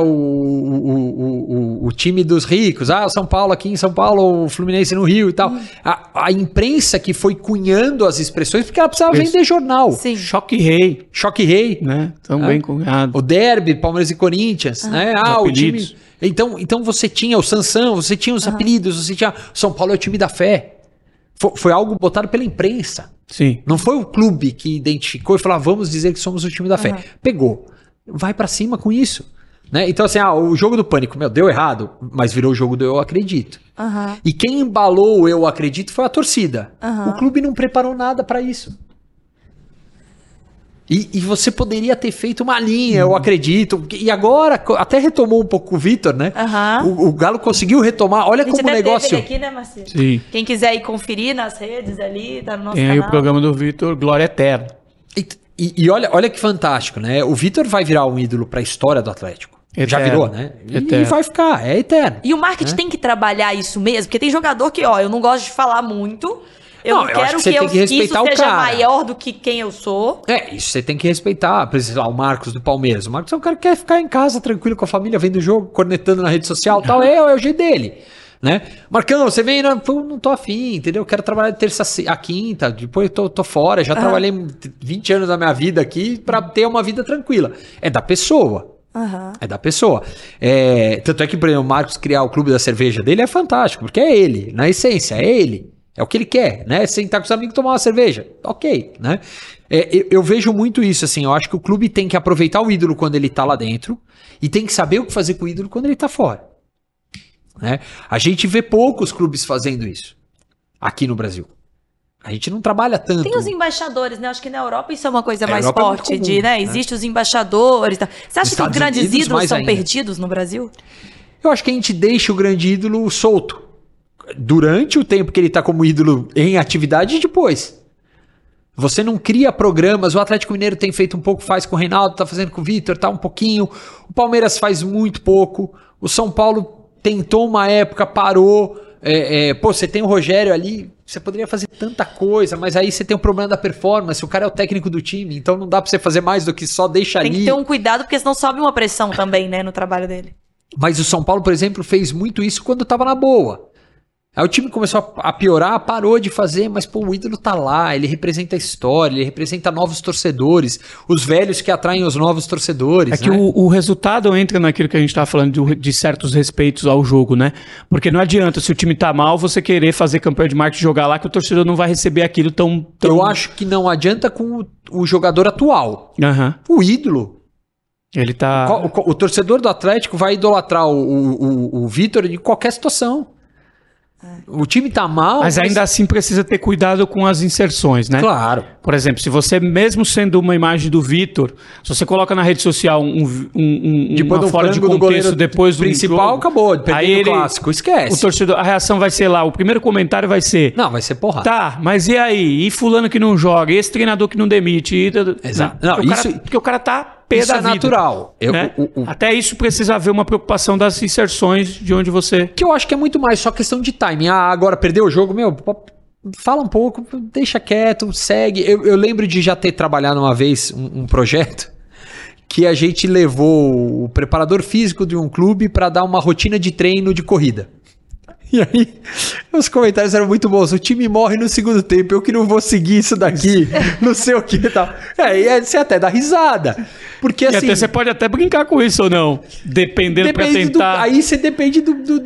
[SPEAKER 3] o time dos ricos? O São Paulo aqui em São Paulo, o Fluminense no Rio e tal. A imprensa que foi cunhando as expressões porque ela precisava vender jornal.
[SPEAKER 2] Sim.
[SPEAKER 1] Choque Rei.
[SPEAKER 3] Né?
[SPEAKER 1] Também cunhado.
[SPEAKER 3] O derby, Palmeiras e Corinthians. Né? O time... Então você tinha o Sansão, você tinha os apelidos, você tinha... São Paulo é o time da fé. Foi algo botado pela imprensa.
[SPEAKER 1] Sim.
[SPEAKER 3] Não foi o clube que identificou e falou, vamos dizer que somos o time da fé. Pegou. Vai pra cima com isso. Né? Então, assim, o jogo do pânico, deu errado, mas virou o jogo do eu acredito. E quem embalou o eu acredito foi a torcida. O clube não preparou nada pra isso. E você poderia ter feito uma linha, eu acredito. E agora, até retomou um pouco o Vitor, né? O Galo conseguiu retomar. Olha como o negócio...
[SPEAKER 2] Teve ele aqui, né, Marcelo?
[SPEAKER 1] Sim.
[SPEAKER 2] Quem quiser ir conferir nas redes ali, tá no nosso
[SPEAKER 1] Tem
[SPEAKER 2] canal.
[SPEAKER 1] aí o programa do Vitor, Glória Eterna.
[SPEAKER 3] E olha que fantástico, né? O Vitor vai virar um ídolo para a história do Atlético. Já virou, né? E
[SPEAKER 1] Eterno.
[SPEAKER 3] vai ficar, é eterno.
[SPEAKER 2] E o marketing tem que trabalhar isso mesmo, porque tem jogador que, ó, eu não gosto de falar muito, eu
[SPEAKER 3] Não,
[SPEAKER 2] não
[SPEAKER 3] eu acho
[SPEAKER 2] quero
[SPEAKER 3] que você tem que respeitar
[SPEAKER 2] isso
[SPEAKER 3] o
[SPEAKER 2] seja
[SPEAKER 3] cara.
[SPEAKER 2] maior do que quem eu sou.
[SPEAKER 3] Isso você tem que respeitar. Por exemplo, lá, o Marcos do Palmeiras. O Marcos é um cara que quer ficar em casa tranquilo com a família, vendo o jogo, cornetando na rede social e tal. É o jeito dele. Né? Marcão, você vem, não tô afim, entendeu? Eu quero trabalhar de terça a quinta, depois tô fora, já trabalhei 20 anos da minha vida aqui pra ter uma vida tranquila. É da pessoa. É da pessoa. Tanto é que, por exemplo, o Marcos criar o clube da cerveja dele é fantástico, porque é ele, na essência, é ele. É o que ele quer, né? Sentar com os amigos e tomar uma cerveja. Ok, né? Eu vejo muito isso, assim, eu acho que o clube tem que aproveitar o ídolo quando ele tá lá dentro e tem que saber o que fazer com o ídolo quando ele tá fora. Né? A gente vê poucos clubes fazendo isso aqui no Brasil. A gente não trabalha tanto.
[SPEAKER 2] Tem os embaixadores, né? Acho que na Europa isso é uma coisa
[SPEAKER 3] Na
[SPEAKER 2] mais
[SPEAKER 3] Europa é muito
[SPEAKER 2] forte,
[SPEAKER 3] comum, né?
[SPEAKER 2] Existem os embaixadores. Tá? Você acha que os
[SPEAKER 3] Estados
[SPEAKER 2] grandes
[SPEAKER 3] Unidos,
[SPEAKER 2] ídolos
[SPEAKER 3] mais
[SPEAKER 2] são
[SPEAKER 3] ainda.
[SPEAKER 2] perdidos no Brasil?
[SPEAKER 3] Eu acho que a gente deixa o grande ídolo solto. Durante o tempo que ele tá como ídolo em atividade e depois. Você não cria programas. O Atlético Mineiro tem feito um pouco, faz com o Reinaldo, tá fazendo com o Vitor, tá um pouquinho. O Palmeiras faz muito pouco. O São Paulo tentou uma época, parou. Você tem o Rogério ali, você poderia fazer tanta coisa, mas aí você tem o problema da performance, o cara é o técnico do time, então não dá pra você fazer mais do que só deixa ali.
[SPEAKER 2] Tem que ter um cuidado, porque senão sobe uma pressão também, né, no trabalho dele.
[SPEAKER 3] Mas o São Paulo, por exemplo, fez muito isso quando tava na boa. Aí o time começou a piorar, parou de fazer, mas pô, o ídolo tá lá, ele representa a história, ele representa novos torcedores, os velhos que atraem os novos torcedores.
[SPEAKER 1] É que
[SPEAKER 3] né?
[SPEAKER 1] o resultado entra naquilo que a gente estava falando de certos respeitos ao jogo, né? Porque não adianta, se o time tá mal, você querer fazer campanha de marketing, jogar lá, que o torcedor não vai receber aquilo tão...
[SPEAKER 3] Eu acho que não adianta com o jogador atual.
[SPEAKER 1] Aham.
[SPEAKER 3] O ídolo.
[SPEAKER 1] Ele tá...
[SPEAKER 3] O torcedor do Atlético vai idolatrar o Vitor em qualquer situação. O time tá mal.
[SPEAKER 1] Mas ainda assim precisa ter cuidado com as inserções, né?
[SPEAKER 3] Claro.
[SPEAKER 1] Por exemplo, se você, mesmo sendo uma imagem do Vitor, se você coloca na rede social
[SPEAKER 3] Depois
[SPEAKER 1] uma
[SPEAKER 3] do
[SPEAKER 1] fora de
[SPEAKER 3] frango do
[SPEAKER 1] contexto
[SPEAKER 3] goleiro
[SPEAKER 1] depois do
[SPEAKER 3] principal,
[SPEAKER 1] jogo,
[SPEAKER 3] acabou. Perdeu o clássico. Esquece.
[SPEAKER 1] O torcedor, a reação vai ser lá, o primeiro comentário vai ser...
[SPEAKER 3] Não, vai ser porrada.
[SPEAKER 1] Tá, mas e aí? E fulano que não joga? E esse treinador que não demite?
[SPEAKER 3] Exato.
[SPEAKER 1] Né?
[SPEAKER 3] Não,
[SPEAKER 1] Porque o cara tá pé
[SPEAKER 3] Isso
[SPEAKER 1] da
[SPEAKER 3] é
[SPEAKER 1] vida,
[SPEAKER 3] natural.
[SPEAKER 1] né? Até isso precisa haver uma preocupação das inserções de onde você...
[SPEAKER 3] Que eu acho que é muito mais só questão de timing. Agora perdeu o jogo, fala um pouco, deixa quieto, segue. Eu lembro de já ter trabalhado uma vez um projeto que a gente levou o preparador físico de um clube para dar uma rotina de treino de corrida. E aí, os comentários eram muito bons. O time morre no segundo tempo, eu que não vou seguir isso daqui, não sei o que e tal. E você até dá risada. Porque
[SPEAKER 1] E
[SPEAKER 3] assim.
[SPEAKER 1] até você pode até brincar com isso ou não, dependendo pra tentar...
[SPEAKER 3] Aí você depende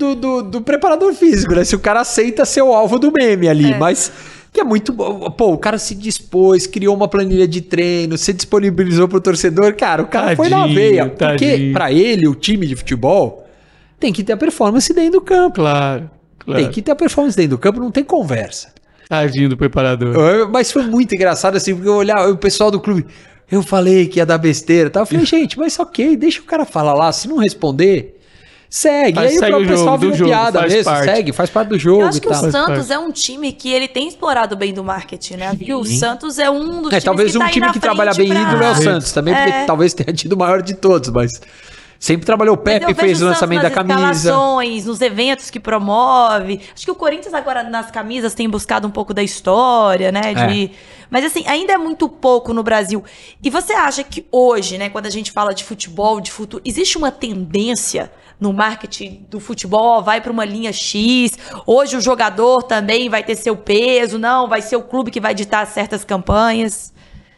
[SPEAKER 3] do preparador físico, né? Se o cara aceita ser o alvo do meme ali, mas... Que é muito bom. Pô, o cara se dispôs, criou uma planilha de treino, se disponibilizou pro torcedor. Cara, o cara foi na veia. Porque pra ele, o time de futebol, tem que ter a performance dentro do campo.
[SPEAKER 1] Claro.
[SPEAKER 3] Tem que ter a performance dentro do campo, não tem conversa.
[SPEAKER 1] Tadinho do preparador.
[SPEAKER 3] Mas foi muito engraçado assim, porque eu olhava o pessoal do clube... Eu falei que ia dar besteira, tá? Eu falei, gente, mas ok, deixa o cara falar lá. Se não responder, segue. E aí o próprio pessoal virou piada mesmo. Segue, faz parte do jogo.
[SPEAKER 2] Eu acho que
[SPEAKER 3] e
[SPEAKER 2] o
[SPEAKER 3] tal.
[SPEAKER 2] Santos é um time que ele tem explorado bem do marketing, né? Porque o Santos é um dos times
[SPEAKER 3] talvez
[SPEAKER 2] que tá
[SPEAKER 3] um
[SPEAKER 2] aí
[SPEAKER 3] time
[SPEAKER 2] na
[SPEAKER 3] que trabalha bem
[SPEAKER 2] frente
[SPEAKER 3] ídolo é o Santos também, porque talvez tenha tido o maior de todos, mas... Sempre trabalhou. O Pepe fez o lançamento da camisa.
[SPEAKER 2] Escalações, nos eventos que promove. Acho que o Corinthians agora nas camisas tem buscado um pouco da história, né? Mas assim, ainda é muito pouco no Brasil. E você acha que hoje, né, quando a gente fala de futebol, de futuro, existe uma tendência no marketing do futebol, vai para uma linha X, hoje o jogador também vai ter seu peso, não, vai ser o clube que vai ditar certas campanhas?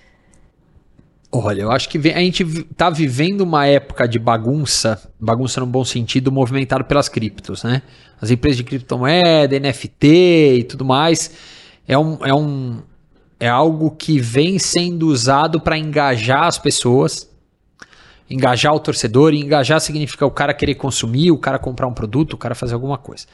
[SPEAKER 3] Olha, eu acho que a gente tá vivendo uma época de bagunça no bom sentido, movimentado pelas criptos, né? As empresas de criptomoeda, NFT e tudo mais, é algo que vem sendo usado para engajar as pessoas, engajar o torcedor, e engajar significa o cara querer consumir, o cara comprar um produto, o cara fazer alguma coisa.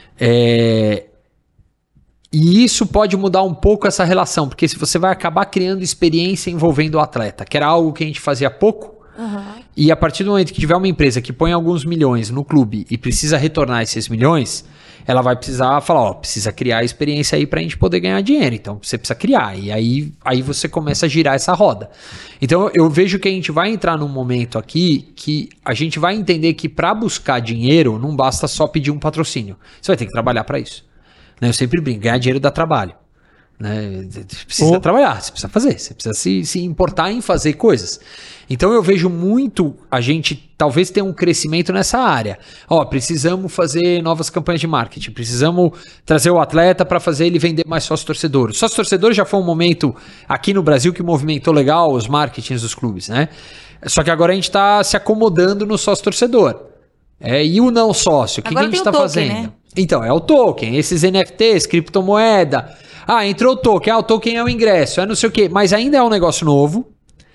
[SPEAKER 3] E isso pode mudar um pouco essa relação, porque se você vai acabar criando experiência envolvendo o atleta, que era algo que a gente fazia pouco, E a partir do momento que tiver uma empresa que põe alguns milhões no clube e precisa retornar esses milhões, ela vai precisar falar, ó, precisa criar a experiência aí pra gente poder ganhar dinheiro. Então você precisa criar. E aí você começa a girar essa roda. Então eu vejo que a gente vai entrar num momento aqui que a gente vai entender que para buscar dinheiro não basta só pedir um patrocínio. Você vai ter que trabalhar para isso. Né? Eu sempre brinco, ganhar dinheiro dá trabalho. Né? Você precisa trabalhar, você precisa fazer, você precisa se importar em fazer coisas. Então eu vejo muito a gente talvez ter um crescimento nessa área. Ó, precisamos fazer novas campanhas de marketing, precisamos trazer o atleta para fazer ele vender mais sócio-torcedor. O sócio-torcedor já foi um momento aqui no Brasil que movimentou legal os marketings dos clubes, né? Só que agora a gente está se acomodando no sócio-torcedor. E o não sócio, o que a gente está fazendo? Né? Então, é o token, esses NFTs, criptomoeda. Ah, entrou o token, o token é o ingresso, é não sei o quê, mas ainda é um negócio novo.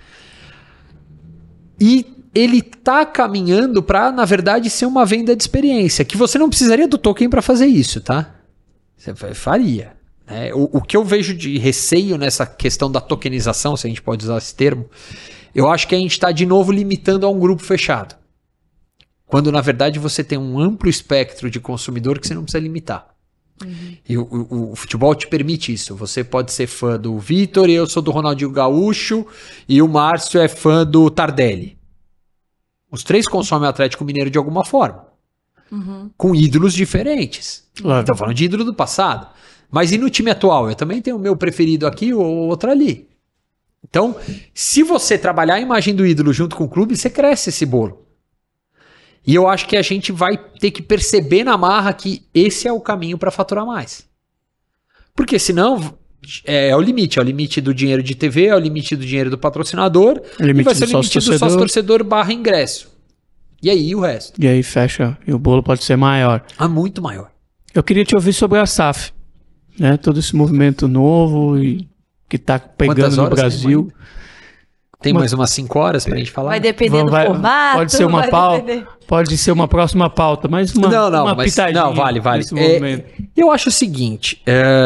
[SPEAKER 3] E ele tá caminhando para, na verdade, ser uma venda de experiência, que você não precisaria do token para fazer isso, tá? Você faria. Né? O que eu vejo de receio nessa questão da tokenização, se a gente pode usar esse termo, eu acho que a gente está de novo limitando a um grupo fechado. Quando, na verdade, você tem um amplo espectro de consumidor que você não precisa limitar. Uhum. E o futebol te permite isso. Você pode ser fã do Vitor e eu sou do Ronaldinho Gaúcho e o Márcio é fã do Tardelli. Os três consomem o Atlético Mineiro de alguma forma. Uhum. Com ídolos diferentes. Claro. Estou falando de ídolo do passado. Mas e no time atual? Eu também tenho o meu preferido aqui ou outro ali. Então, se você trabalhar a imagem do ídolo junto com o clube, você cresce esse bolo. E eu acho que a gente vai ter que perceber na marra que esse é o caminho para faturar mais. Porque senão é o limite do dinheiro de TV, é o limite do dinheiro do patrocinador, e vai ser o limite do sócio-torcedor barra ingresso. E aí o resto.
[SPEAKER 1] E aí fecha, e o bolo pode ser maior.
[SPEAKER 3] Muito maior.
[SPEAKER 1] Eu queria te ouvir sobre a SAF, né? Todo esse movimento novo e que está pegando no Brasil.
[SPEAKER 3] Tem mais umas 5 horas pra gente falar?
[SPEAKER 2] Vai depender do formato.
[SPEAKER 1] Pode ser uma pauta, pode ser uma próxima pauta, mas uma pitadinha.
[SPEAKER 3] Não, vale. Eu acho o seguinte,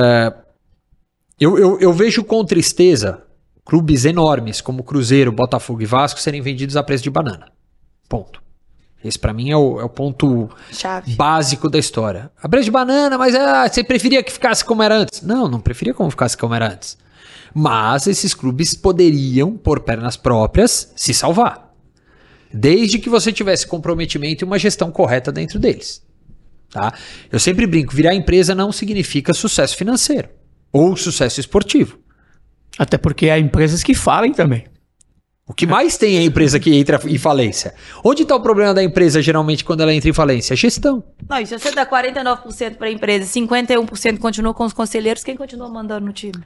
[SPEAKER 3] eu vejo com tristeza clubes enormes como Cruzeiro, Botafogo e Vasco serem vendidos a preço de banana. Ponto. Esse pra mim é o ponto chave básico da história. A preço de banana, mas você preferia que ficasse como era antes? Não preferia como ficasse como era antes. Mas esses clubes poderiam, por pernas próprias, se salvar. Desde que você tivesse comprometimento e uma gestão correta dentro deles. Tá? Eu sempre brinco, virar empresa não significa sucesso financeiro. Ou sucesso esportivo.
[SPEAKER 1] Até porque há empresas que falem também.
[SPEAKER 3] O que mais tem é a empresa que entra em falência. Onde está o problema da empresa, geralmente, quando ela entra em falência? Gestão.
[SPEAKER 2] Não, e se você dá 49% para a empresa, 51% continua com os conselheiros, quem continua mandando no time?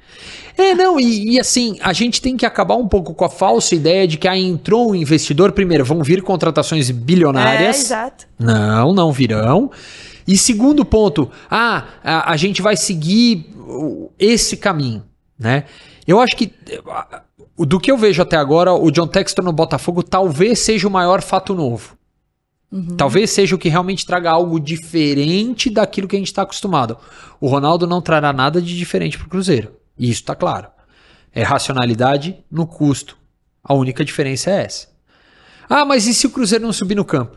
[SPEAKER 3] E assim, a gente tem que acabar um pouco com a falsa ideia de que entrou um investidor, primeiro, vão vir contratações bilionárias.
[SPEAKER 2] Exato.
[SPEAKER 3] Não virão. E segundo ponto, a gente vai seguir esse caminho, né? Eu acho que... Do que eu vejo até agora, o John Textor no Botafogo talvez seja o maior fato novo. Uhum. Talvez seja o que realmente traga algo diferente daquilo que a gente está acostumado. O Ronaldo não trará nada de diferente para o Cruzeiro. E isso está claro. É racionalidade no custo. A única diferença é essa. Mas e se o Cruzeiro não subir no campo?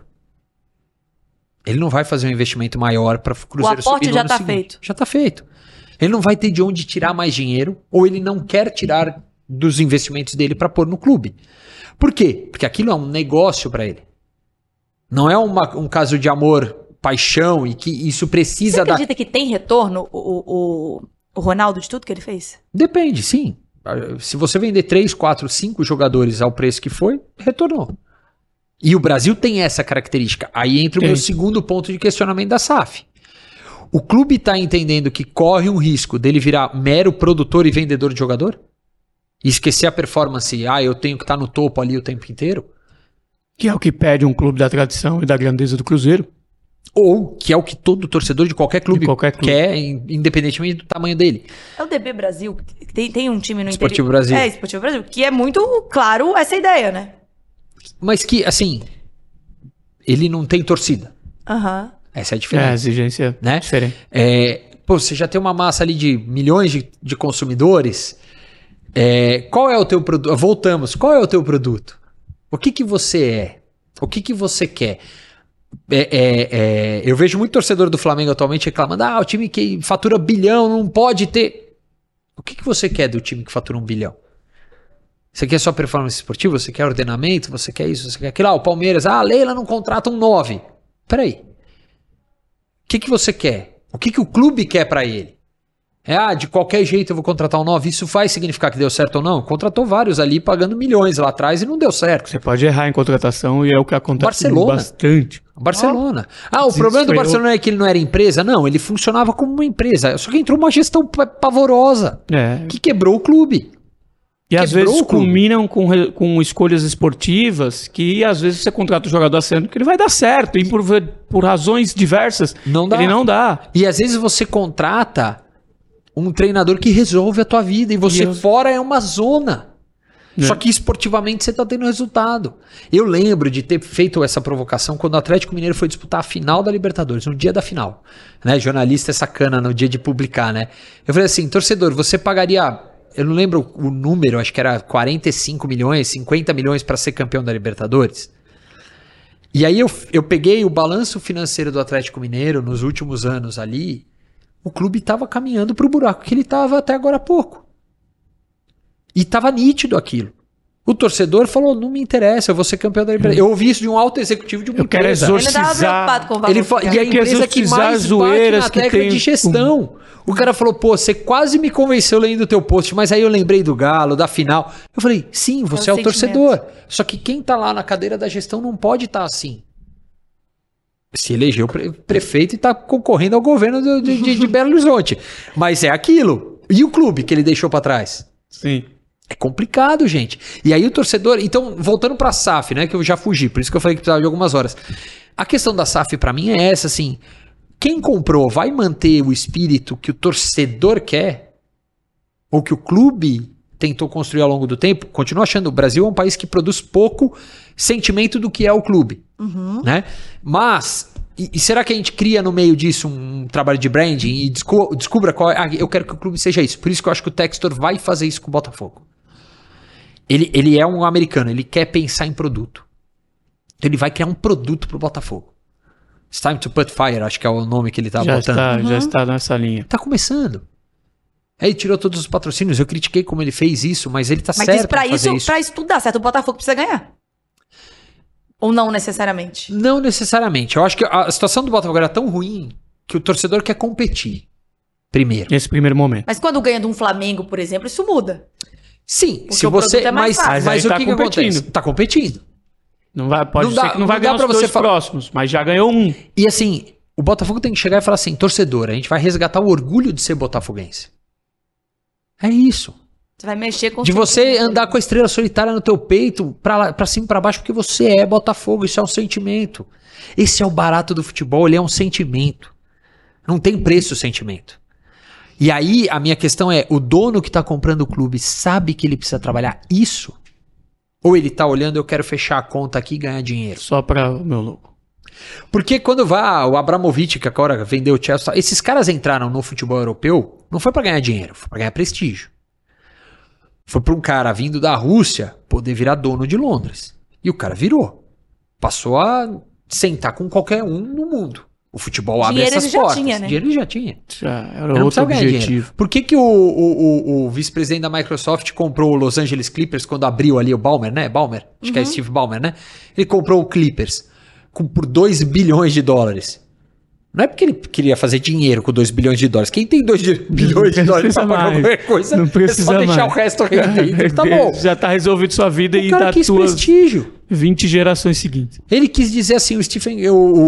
[SPEAKER 3] Ele não vai fazer um investimento maior para o Cruzeiro subir no ano seguinte. O aporte já está feito. Já está feito. Ele não vai ter de onde tirar mais dinheiro, ou ele não quer tirar dos investimentos dele para pôr no clube. Por quê? Porque aquilo é um negócio para ele. Não é um caso de amor, paixão e que isso precisa...
[SPEAKER 2] Você acredita que tem retorno o Ronaldo de tudo que ele fez?
[SPEAKER 3] Depende, sim. Se você vender 3, 4, 5 jogadores ao preço que foi, retornou. E o Brasil tem essa característica. Aí entra o meu segundo ponto de questionamento da SAF. O clube está entendendo que corre um risco dele virar mero produtor e vendedor de jogador? E esquecer a performance, eu tenho que estar no topo ali o tempo inteiro?
[SPEAKER 1] Que é o que pede um clube da tradição e da grandeza do Cruzeiro.
[SPEAKER 3] Ou que é o que todo torcedor de qualquer clube quer, independentemente do tamanho dele.
[SPEAKER 2] É o DB Brasil, tem um time no
[SPEAKER 3] Esportivo Brasil.
[SPEAKER 2] Esportivo Brasil, que é muito claro essa ideia, né?
[SPEAKER 3] Mas que, assim, ele não tem torcida.
[SPEAKER 2] Aham.
[SPEAKER 3] Essa é a diferença.
[SPEAKER 1] A exigência
[SPEAKER 3] né?
[SPEAKER 1] Diferente.
[SPEAKER 3] Você já tem uma massa ali de milhões de consumidores. Qual é o teu produto? Voltamos. Qual é o teu produto? O que você é? O que você quer? Eu vejo muito torcedor do Flamengo atualmente reclamando, o time que fatura bilhão não pode ter... O que você quer do time que fatura 1 bilhão? Você quer só performance esportiva? Você quer ordenamento? Você quer isso? Você quer aquilo? O Palmeiras, a Leila não contrata um 9. Peraí. O que você quer? O que o clube quer pra ele? De qualquer jeito eu vou contratar um 9. Isso vai significar que deu certo ou não? Contratou vários ali pagando milhões lá atrás e não deu certo.
[SPEAKER 1] Você pode errar em contratação e é o que acontece
[SPEAKER 3] Barcelona.
[SPEAKER 1] bastante.
[SPEAKER 3] Barcelona. O problema do Barcelona é que ele não era empresa? Não, ele funcionava como uma empresa. Só que entrou uma gestão pavorosa que quebrou o clube.
[SPEAKER 1] E às vezes culminam com escolhas esportivas que às vezes você contrata o jogador achando que ele vai dar certo. E por razões diversas, ele não dá.
[SPEAKER 3] E às vezes você contrata um treinador que resolve a tua vida e você fora é uma zona. Só que esportivamente você tá tendo resultado. Eu lembro de ter feito essa provocação quando o Atlético Mineiro foi disputar a final da Libertadores, no dia da final. Né? Jornalista é sacana no dia de publicar, né? Eu falei assim, torcedor, você pagaria, eu não lembro o número, acho que era 45 milhões, 50 milhões para ser campeão da Libertadores? E aí eu peguei o balanço financeiro do Atlético Mineiro nos últimos anos ali. O clube estava caminhando para o buraco que ele estava até agora há pouco. E estava nítido aquilo. O torcedor falou, não me interessa, eu vou ser campeão da Libertadores. Eu ouvi isso de um alto executivo de uma empresa.
[SPEAKER 1] Ele estava preocupado
[SPEAKER 2] com o valor.
[SPEAKER 3] E a empresa que mais bate na tecla de gestão. O cara falou, você quase me convenceu lendo o teu post, mas aí eu lembrei do Galo, da final. Eu falei, sim, você é o torcedor. Só que quem está lá na cadeira da gestão não pode estar assim. Se elegeu prefeito e está concorrendo ao governo de Belo Horizonte. Mas é aquilo. E o clube que ele deixou para trás?
[SPEAKER 1] Sim.
[SPEAKER 3] É complicado, gente. E aí o torcedor... Então, voltando para a SAF, né? Que eu já fugi, por isso que eu falei que precisava de algumas horas. A questão da SAF para mim é essa, assim... Quem comprou vai manter o espírito que o torcedor quer? Ou que o clube tentou construir ao longo do tempo? Continuo achando o Brasil é um país que produz pouco sentimento do que é o clube. Né? Mas... E será que a gente cria no meio disso um trabalho de branding e descubra qual é... eu quero que o clube seja isso. Por isso que eu acho que o Textor vai fazer isso com o Botafogo. Ele é um americano, ele quer pensar em produto. Então ele vai criar um produto pro Botafogo. It's time to put fire, acho que é o nome que ele tá botando.
[SPEAKER 1] Já está nessa linha.
[SPEAKER 3] Tá começando. Aí ele tirou todos os patrocínios, eu critiquei como ele fez isso, mas ele tá certo
[SPEAKER 2] pra isso tudo dar certo, o Botafogo precisa ganhar. Ou não necessariamente?
[SPEAKER 3] Não necessariamente. Eu acho que a situação do Botafogo era tão ruim que o torcedor quer competir primeiro.
[SPEAKER 1] Nesse primeiro momento.
[SPEAKER 2] Mas quando ganha de um Flamengo, por exemplo, isso muda.
[SPEAKER 3] Sim,
[SPEAKER 2] porque
[SPEAKER 3] se você...
[SPEAKER 2] é mas
[SPEAKER 3] o que acontece? Tá competindo.
[SPEAKER 1] Pode ser que não vai ganhar os dois próximos, mas já ganhou um.
[SPEAKER 3] E assim, o Botafogo tem que chegar e falar assim, torcedor, a gente vai resgatar o orgulho de ser botafoguense. É isso.
[SPEAKER 2] Você vai mexer com...
[SPEAKER 3] De você andar com a estrela solitária no teu peito, pra cima e pra baixo, porque você é Botafogo, isso é um sentimento. Esse é o barato do futebol, ele é um sentimento. Não tem preço o sentimento. E aí, a minha questão é, o dono que tá comprando o clube sabe que ele precisa trabalhar isso? Ou ele tá olhando, eu quero fechar a conta aqui e ganhar dinheiro?
[SPEAKER 1] Só para o meu louco.
[SPEAKER 3] Porque quando o Abramovich, que agora vendeu o Chelsea, esses caras entraram no futebol europeu, não foi pra ganhar dinheiro, foi pra ganhar prestígio. Foi para um cara vindo da Rússia poder virar dono de Londres. E o cara virou. Passou a sentar com qualquer um no mundo. O futebol abre essas portas. Dinheiro ele já tinha.
[SPEAKER 1] Já era outro objetivo.
[SPEAKER 3] Por que o vice-presidente da Microsoft comprou o Los Angeles Clippers quando abriu ali o Ballmer, né? Ballmer? Acho que é Steve Ballmer, né? Ele comprou o Clippers por 2 bilhões de dólares. Não é porque ele queria fazer dinheiro com 2 bilhões de dólares. Quem tem 2 bilhões de dólares pra pagar qualquer coisa,
[SPEAKER 1] não precisa
[SPEAKER 3] é só deixar o resto render. Tá bom.
[SPEAKER 1] Já tá resolvido sua vida e
[SPEAKER 3] tá quis prestígio.
[SPEAKER 1] 20 gerações seguintes.
[SPEAKER 3] Ele quis dizer assim, o Stephen...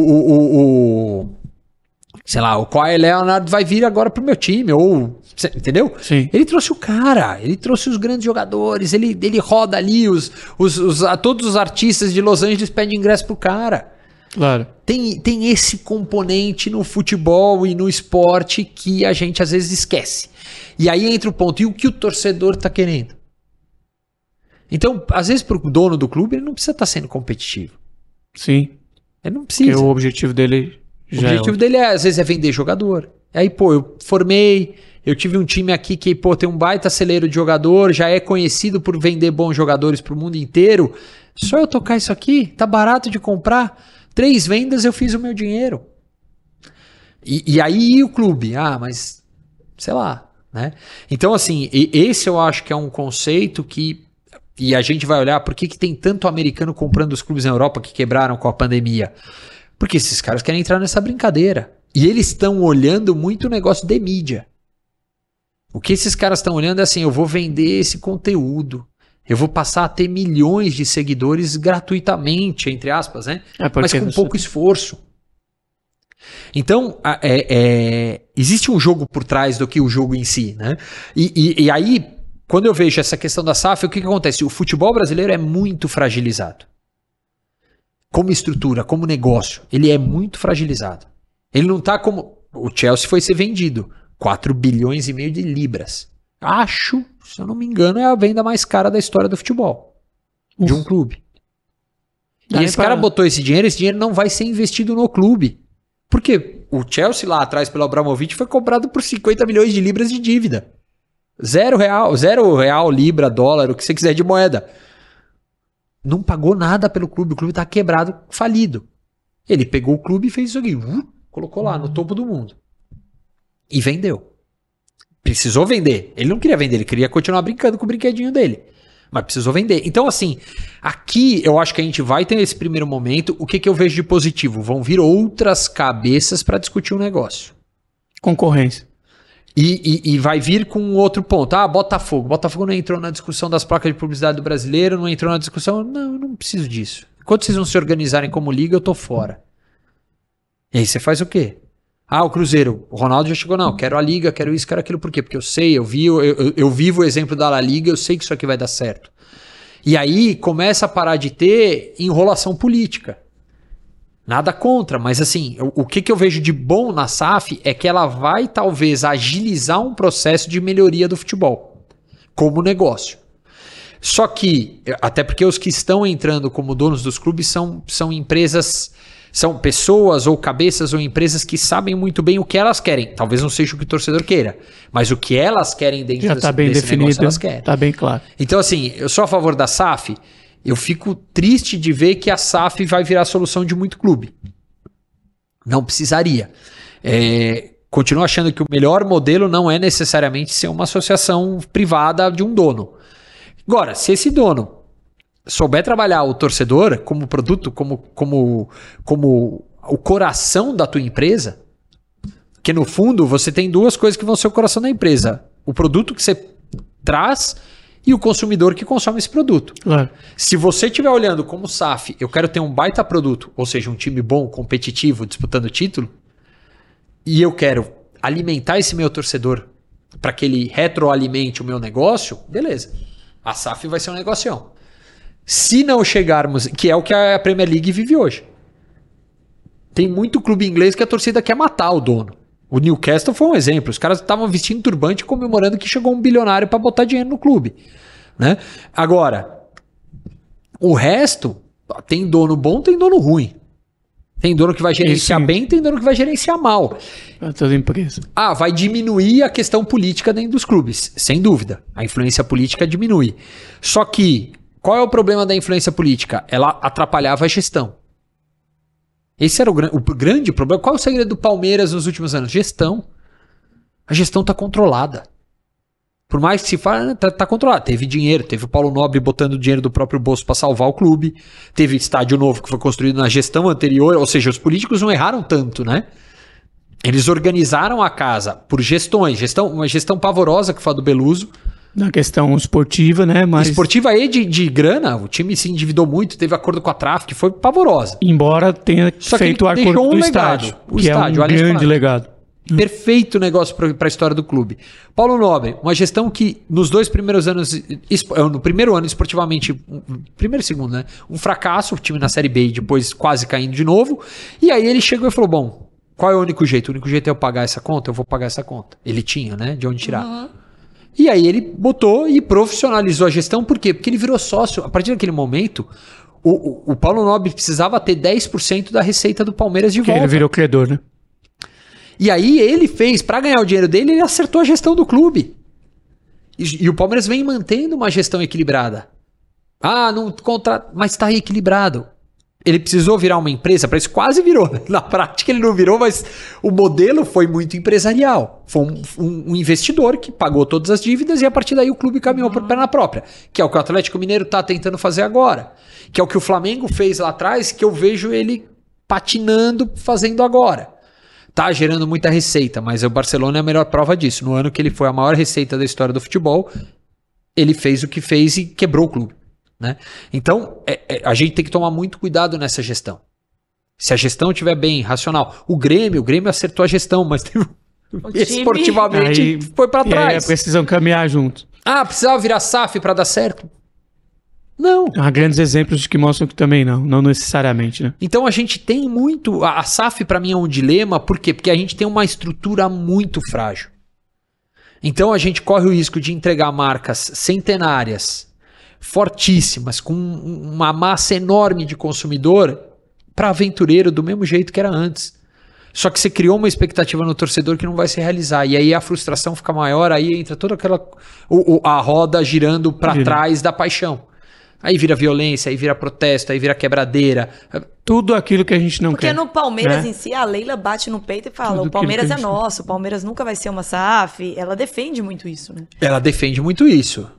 [SPEAKER 3] sei lá, o Kawhi Leonard vai vir agora pro meu time, ou... Entendeu?
[SPEAKER 1] Sim.
[SPEAKER 3] Ele trouxe o cara, ele trouxe os grandes jogadores, ele roda ali, todos os artistas de Los Angeles pedem ingresso pro cara.
[SPEAKER 1] Claro.
[SPEAKER 3] Tem esse componente no futebol e no esporte que a gente às vezes esquece. E aí entra o ponto, e o que o torcedor tá querendo? Então, às vezes pro dono do clube, ele não precisa estar sendo competitivo.
[SPEAKER 1] Sim.
[SPEAKER 3] Ele não precisa.
[SPEAKER 1] Porque o objetivo dele já
[SPEAKER 3] O objetivo dele, às vezes, é vender jogador. Aí, eu formei, eu tive um time aqui que, tem um baita celeiro de jogador, já é conhecido por vender bons jogadores pro mundo inteiro. Só eu tocar isso aqui, tá barato de comprar. 3 vendas eu fiz o meu dinheiro. E aí o clube, mas sei lá, né? Então assim, esse eu acho que é um conceito que, e a gente vai olhar por que tem tanto americano comprando os clubes na Europa que quebraram com a pandemia. Porque esses caras querem entrar nessa brincadeira. E eles estão olhando muito o negócio de mídia. O que esses caras estão olhando é assim, eu vou vender esse conteúdo. Eu vou passar a ter milhões de seguidores gratuitamente, entre aspas, né? Mas com pouco esforço. Então, existe um jogo por trás do que o jogo em si, né? E aí, quando eu vejo essa questão da SAF, o que acontece? O futebol brasileiro é muito fragilizado. Como estrutura, como negócio, ele é muito fragilizado. Ele não tá como... O Chelsea foi ser vendido. 4 bilhões e meio de libras. Acho, se eu não me engano, é a venda mais cara da história do futebol. De um clube. E esse cara botou esse dinheiro não vai ser investido no clube. Porque o Chelsea lá atrás, pelo Abramovich, foi comprado por 50 milhões de libras de dívida. 0 real, libra, dólar, o que você quiser de moeda. Não pagou nada pelo clube, o clube tá quebrado, falido. Ele pegou o clube e fez isso aqui, colocou lá no topo do mundo. E vendeu. Precisou vender. Ele não queria vender, ele queria continuar brincando com o brinquedinho dele. Mas precisou vender. Então, assim, aqui eu acho que a gente vai ter esse primeiro momento. O que eu vejo de positivo? Vão vir outras cabeças para discutir o negócio.
[SPEAKER 1] Concorrência.
[SPEAKER 3] E vai vir com um outro ponto. Botafogo. Botafogo não entrou na discussão das placas de publicidade do brasileiro, não entrou na discussão. Não, eu não preciso disso. Enquanto vocês não se organizarem como liga, eu tô fora. E aí você faz o quê? O Cruzeiro. O Ronaldo já chegou, não, quero a liga, quero isso, quero aquilo. Por quê? Porque eu sei, eu vivo o exemplo da La Liga, eu sei que isso aqui vai dar certo. E aí começa a parar de ter enrolação política. Nada contra, mas assim, o que eu vejo de bom na SAF é que ela vai talvez agilizar um processo de melhoria do futebol, como negócio. Só que, até porque os que estão entrando como donos dos clubes são empresas, são pessoas ou cabeças ou empresas que sabem muito bem o que elas querem. Talvez não seja o que o torcedor queira, mas o que elas querem dentro
[SPEAKER 1] desse definido, negócio, elas querem. Tá bem claro.
[SPEAKER 3] Então assim, eu sou a favor da SAF. Eu fico triste de ver que a SAF vai virar a solução de muito clube. Não precisaria. Continuo achando que o melhor modelo não é necessariamente ser uma associação privada de um dono. Agora, se esse dono souber trabalhar o torcedor como produto, como o coração da tua empresa, que no fundo você tem duas coisas que vão ser o coração da empresa. O produto que você traz e o consumidor que consome esse produto.
[SPEAKER 1] Claro.
[SPEAKER 3] Se você estiver olhando como SAF, eu quero ter um baita produto, ou seja, um time bom, competitivo, disputando título, e eu quero alimentar esse meu torcedor para que ele retroalimente o meu negócio, beleza. A SAF vai ser um negocião. Se não chegarmos, que é o que a Premier League vive hoje. Tem muito clube inglês que a torcida quer matar o dono. O Newcastle foi um exemplo. Os caras estavam vestindo turbante comemorando que chegou um bilionário para botar dinheiro no clube. Né? Agora, o resto, tem dono bom, tem dono ruim. Tem dono que vai gerenciar bem, tem dono que vai gerenciar mal.
[SPEAKER 1] Toda empresa.
[SPEAKER 3] Vai diminuir a questão política dentro dos clubes. Sem dúvida. A influência política diminui. Só que, qual é o problema da influência política? Ela atrapalhava a gestão. Esse era o grande problema. Qual é o segredo do Palmeiras nos últimos anos? Gestão. A gestão está controlada. Por mais que se fale, está controlada. Teve dinheiro, teve o Paulo Nobre botando dinheiro do próprio bolso para salvar o clube. Teve estádio novo que foi construído na gestão anterior. Ou seja, os políticos não erraram tanto, né? Eles organizaram a casa por gestões. Uma gestão pavorosa que foi a do Beluso.
[SPEAKER 1] Na questão esportiva, né? Mas...
[SPEAKER 3] Esportiva e de grana, o time se endividou muito, teve acordo com a Traffic, foi pavorosa.
[SPEAKER 1] Embora tenha feito o acordo do estádio, que é um grande legado.
[SPEAKER 3] Perfeito negócio para a história do clube. Paulo Nobre, uma gestão que nos 2 primeiros anos, no primeiro ano esportivamente, primeiro e segundo, né? Um fracasso, o time na Série B e depois quase caindo de novo. E aí ele chegou e falou, bom, qual é o único jeito? O único jeito é eu pagar essa conta? Eu vou pagar essa conta. Ele tinha, né? De onde tirar. Uhum. E aí ele botou e profissionalizou a gestão. Por quê? Porque ele virou sócio. A partir daquele momento, o Paulo Nobre precisava ter 10% da receita do Palmeiras de volta.
[SPEAKER 1] Ele virou credor, né?
[SPEAKER 3] E aí ele fez, para ganhar o dinheiro dele, ele acertou a gestão do clube. E o Palmeiras vem mantendo uma gestão equilibrada. Ah, não contrata, mas tá equilibrado. Ele precisou virar uma empresa, para isso quase virou. Na prática ele não virou, mas o modelo foi muito empresarial. Foi um investidor que pagou todas as dívidas e a partir daí o clube caminhou por perna própria. Que é o que o Atlético Mineiro está tentando fazer agora. Que é o que o Flamengo fez lá atrás, que eu vejo ele patinando, fazendo agora. Tá gerando muita receita, mas o Barcelona é a melhor prova disso. No ano que ele foi a maior receita da história do futebol, ele fez o que fez e quebrou o clube. Né? Então, a gente tem que tomar muito cuidado nessa gestão. Se a gestão estiver bem, racional. O Grêmio acertou a gestão, mas esportivamente
[SPEAKER 1] aí,
[SPEAKER 3] foi para trás.
[SPEAKER 1] Precisam caminhar juntos.
[SPEAKER 3] Ah, precisava virar SAF para dar certo? Não.
[SPEAKER 1] Há grandes exemplos de que mostram que também não necessariamente, né?
[SPEAKER 3] Então a gente tem muito... A SAF para mim é um dilema, por quê? Porque a gente tem uma estrutura muito frágil. Então a gente corre o risco de entregar marcas centenárias, fortíssimas, com uma massa enorme de consumidor para aventureiro do mesmo jeito que era antes. Só que você criou uma expectativa no torcedor que não vai se realizar. E aí a frustração fica maior, aí entra toda aquela... a roda girando para trás da paixão. Aí vira violência, aí vira protesto, aí vira quebradeira.
[SPEAKER 1] Tudo aquilo que a gente não quer.
[SPEAKER 2] Porque no Palmeiras em si, a Leila bate no peito e fala, tudo o Palmeiras é nosso, o Palmeiras nunca vai ser uma SAF. Ela defende muito isso, né?
[SPEAKER 3] Ela defende muito isso.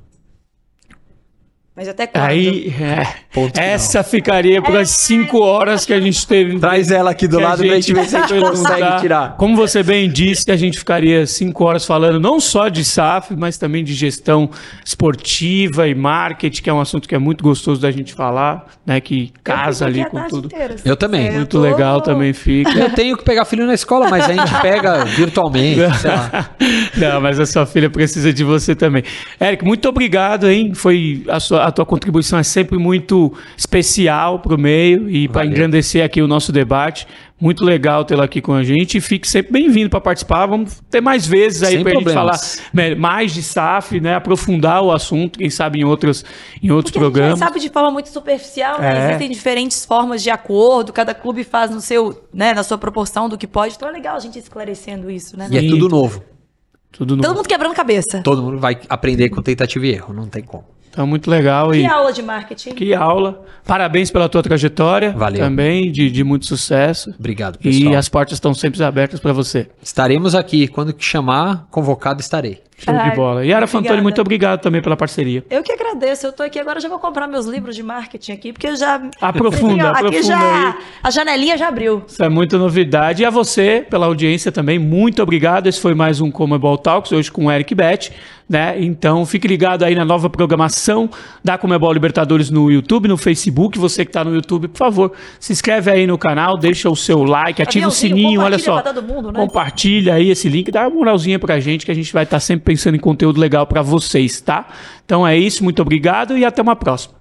[SPEAKER 2] Mas até quando?
[SPEAKER 1] Aí, essa ficaria por as 5 horas que a gente teve.
[SPEAKER 3] Traz ela aqui do lado pra gente ver se a gente consegue tirar.
[SPEAKER 1] Como você bem disse, a gente ficaria 5 horas falando não só de SAF, mas também de gestão esportiva e marketing, que é um assunto que é muito gostoso da gente falar, né? Que casa ali com tudo.
[SPEAKER 2] Inteira, assim.
[SPEAKER 3] Eu também.
[SPEAKER 1] Muito legal também fica.
[SPEAKER 3] Eu tenho que pegar filho na escola, mas a gente pega virtualmente, sei lá.
[SPEAKER 1] Não, mas a sua filha precisa de você também. Éric, muito obrigado, hein? Foi a tua contribuição é sempre muito especial para o meio e para engrandecer aqui o nosso debate. Muito legal tê-la aqui com a gente e fique sempre bem-vindo para participar. Vamos ter mais vezes aí para a gente falar mais de SAF, né? Aprofundar o assunto, quem sabe em outros programas.
[SPEAKER 2] A gente sabe de forma muito superficial, né? Existem diferentes formas de acordo, cada clube faz no seu, né, na sua proporção do que pode. Então é legal a gente esclarecendo isso, né?
[SPEAKER 3] E é tudo novo.
[SPEAKER 2] Todo mundo quebrando cabeça.
[SPEAKER 3] Todo mundo vai aprender com tentativa e erro, não tem como.
[SPEAKER 1] Então, muito legal.
[SPEAKER 2] Que aula de marketing.
[SPEAKER 1] Que aula. Parabéns pela tua trajetória.
[SPEAKER 3] Valeu.
[SPEAKER 1] Também, de muito sucesso.
[SPEAKER 3] Obrigado, pessoal.
[SPEAKER 1] E as portas estão sempre abertas para você.
[SPEAKER 3] Estaremos aqui. Quando que chamar, convocado estarei.
[SPEAKER 1] Show de bola. Yara Fantoni, muito obrigado também pela parceria.
[SPEAKER 2] Eu que agradeço. Eu tô aqui agora, já vou comprar meus livros de marketing aqui, porque eu já...
[SPEAKER 1] Aprofunda
[SPEAKER 2] aqui já
[SPEAKER 1] aí.
[SPEAKER 2] A janelinha já abriu.
[SPEAKER 1] Isso é muita novidade. E a você, pela audiência também, muito obrigado. Esse foi mais um Comebol Talks, hoje com o Eric Bet, né? Então, fique ligado aí na nova programação da Comebol Libertadores no YouTube, no Facebook. Você que tá no YouTube, por favor, se inscreve aí no canal, deixa o seu like, ativa o sininho, olha só.
[SPEAKER 2] Todo mundo, né?
[SPEAKER 1] Compartilha aí esse link, dá uma moralzinha pra gente, que a gente vai estar sempre pensando em conteúdo legal pra vocês, tá? Então é isso, muito obrigado e até uma próxima.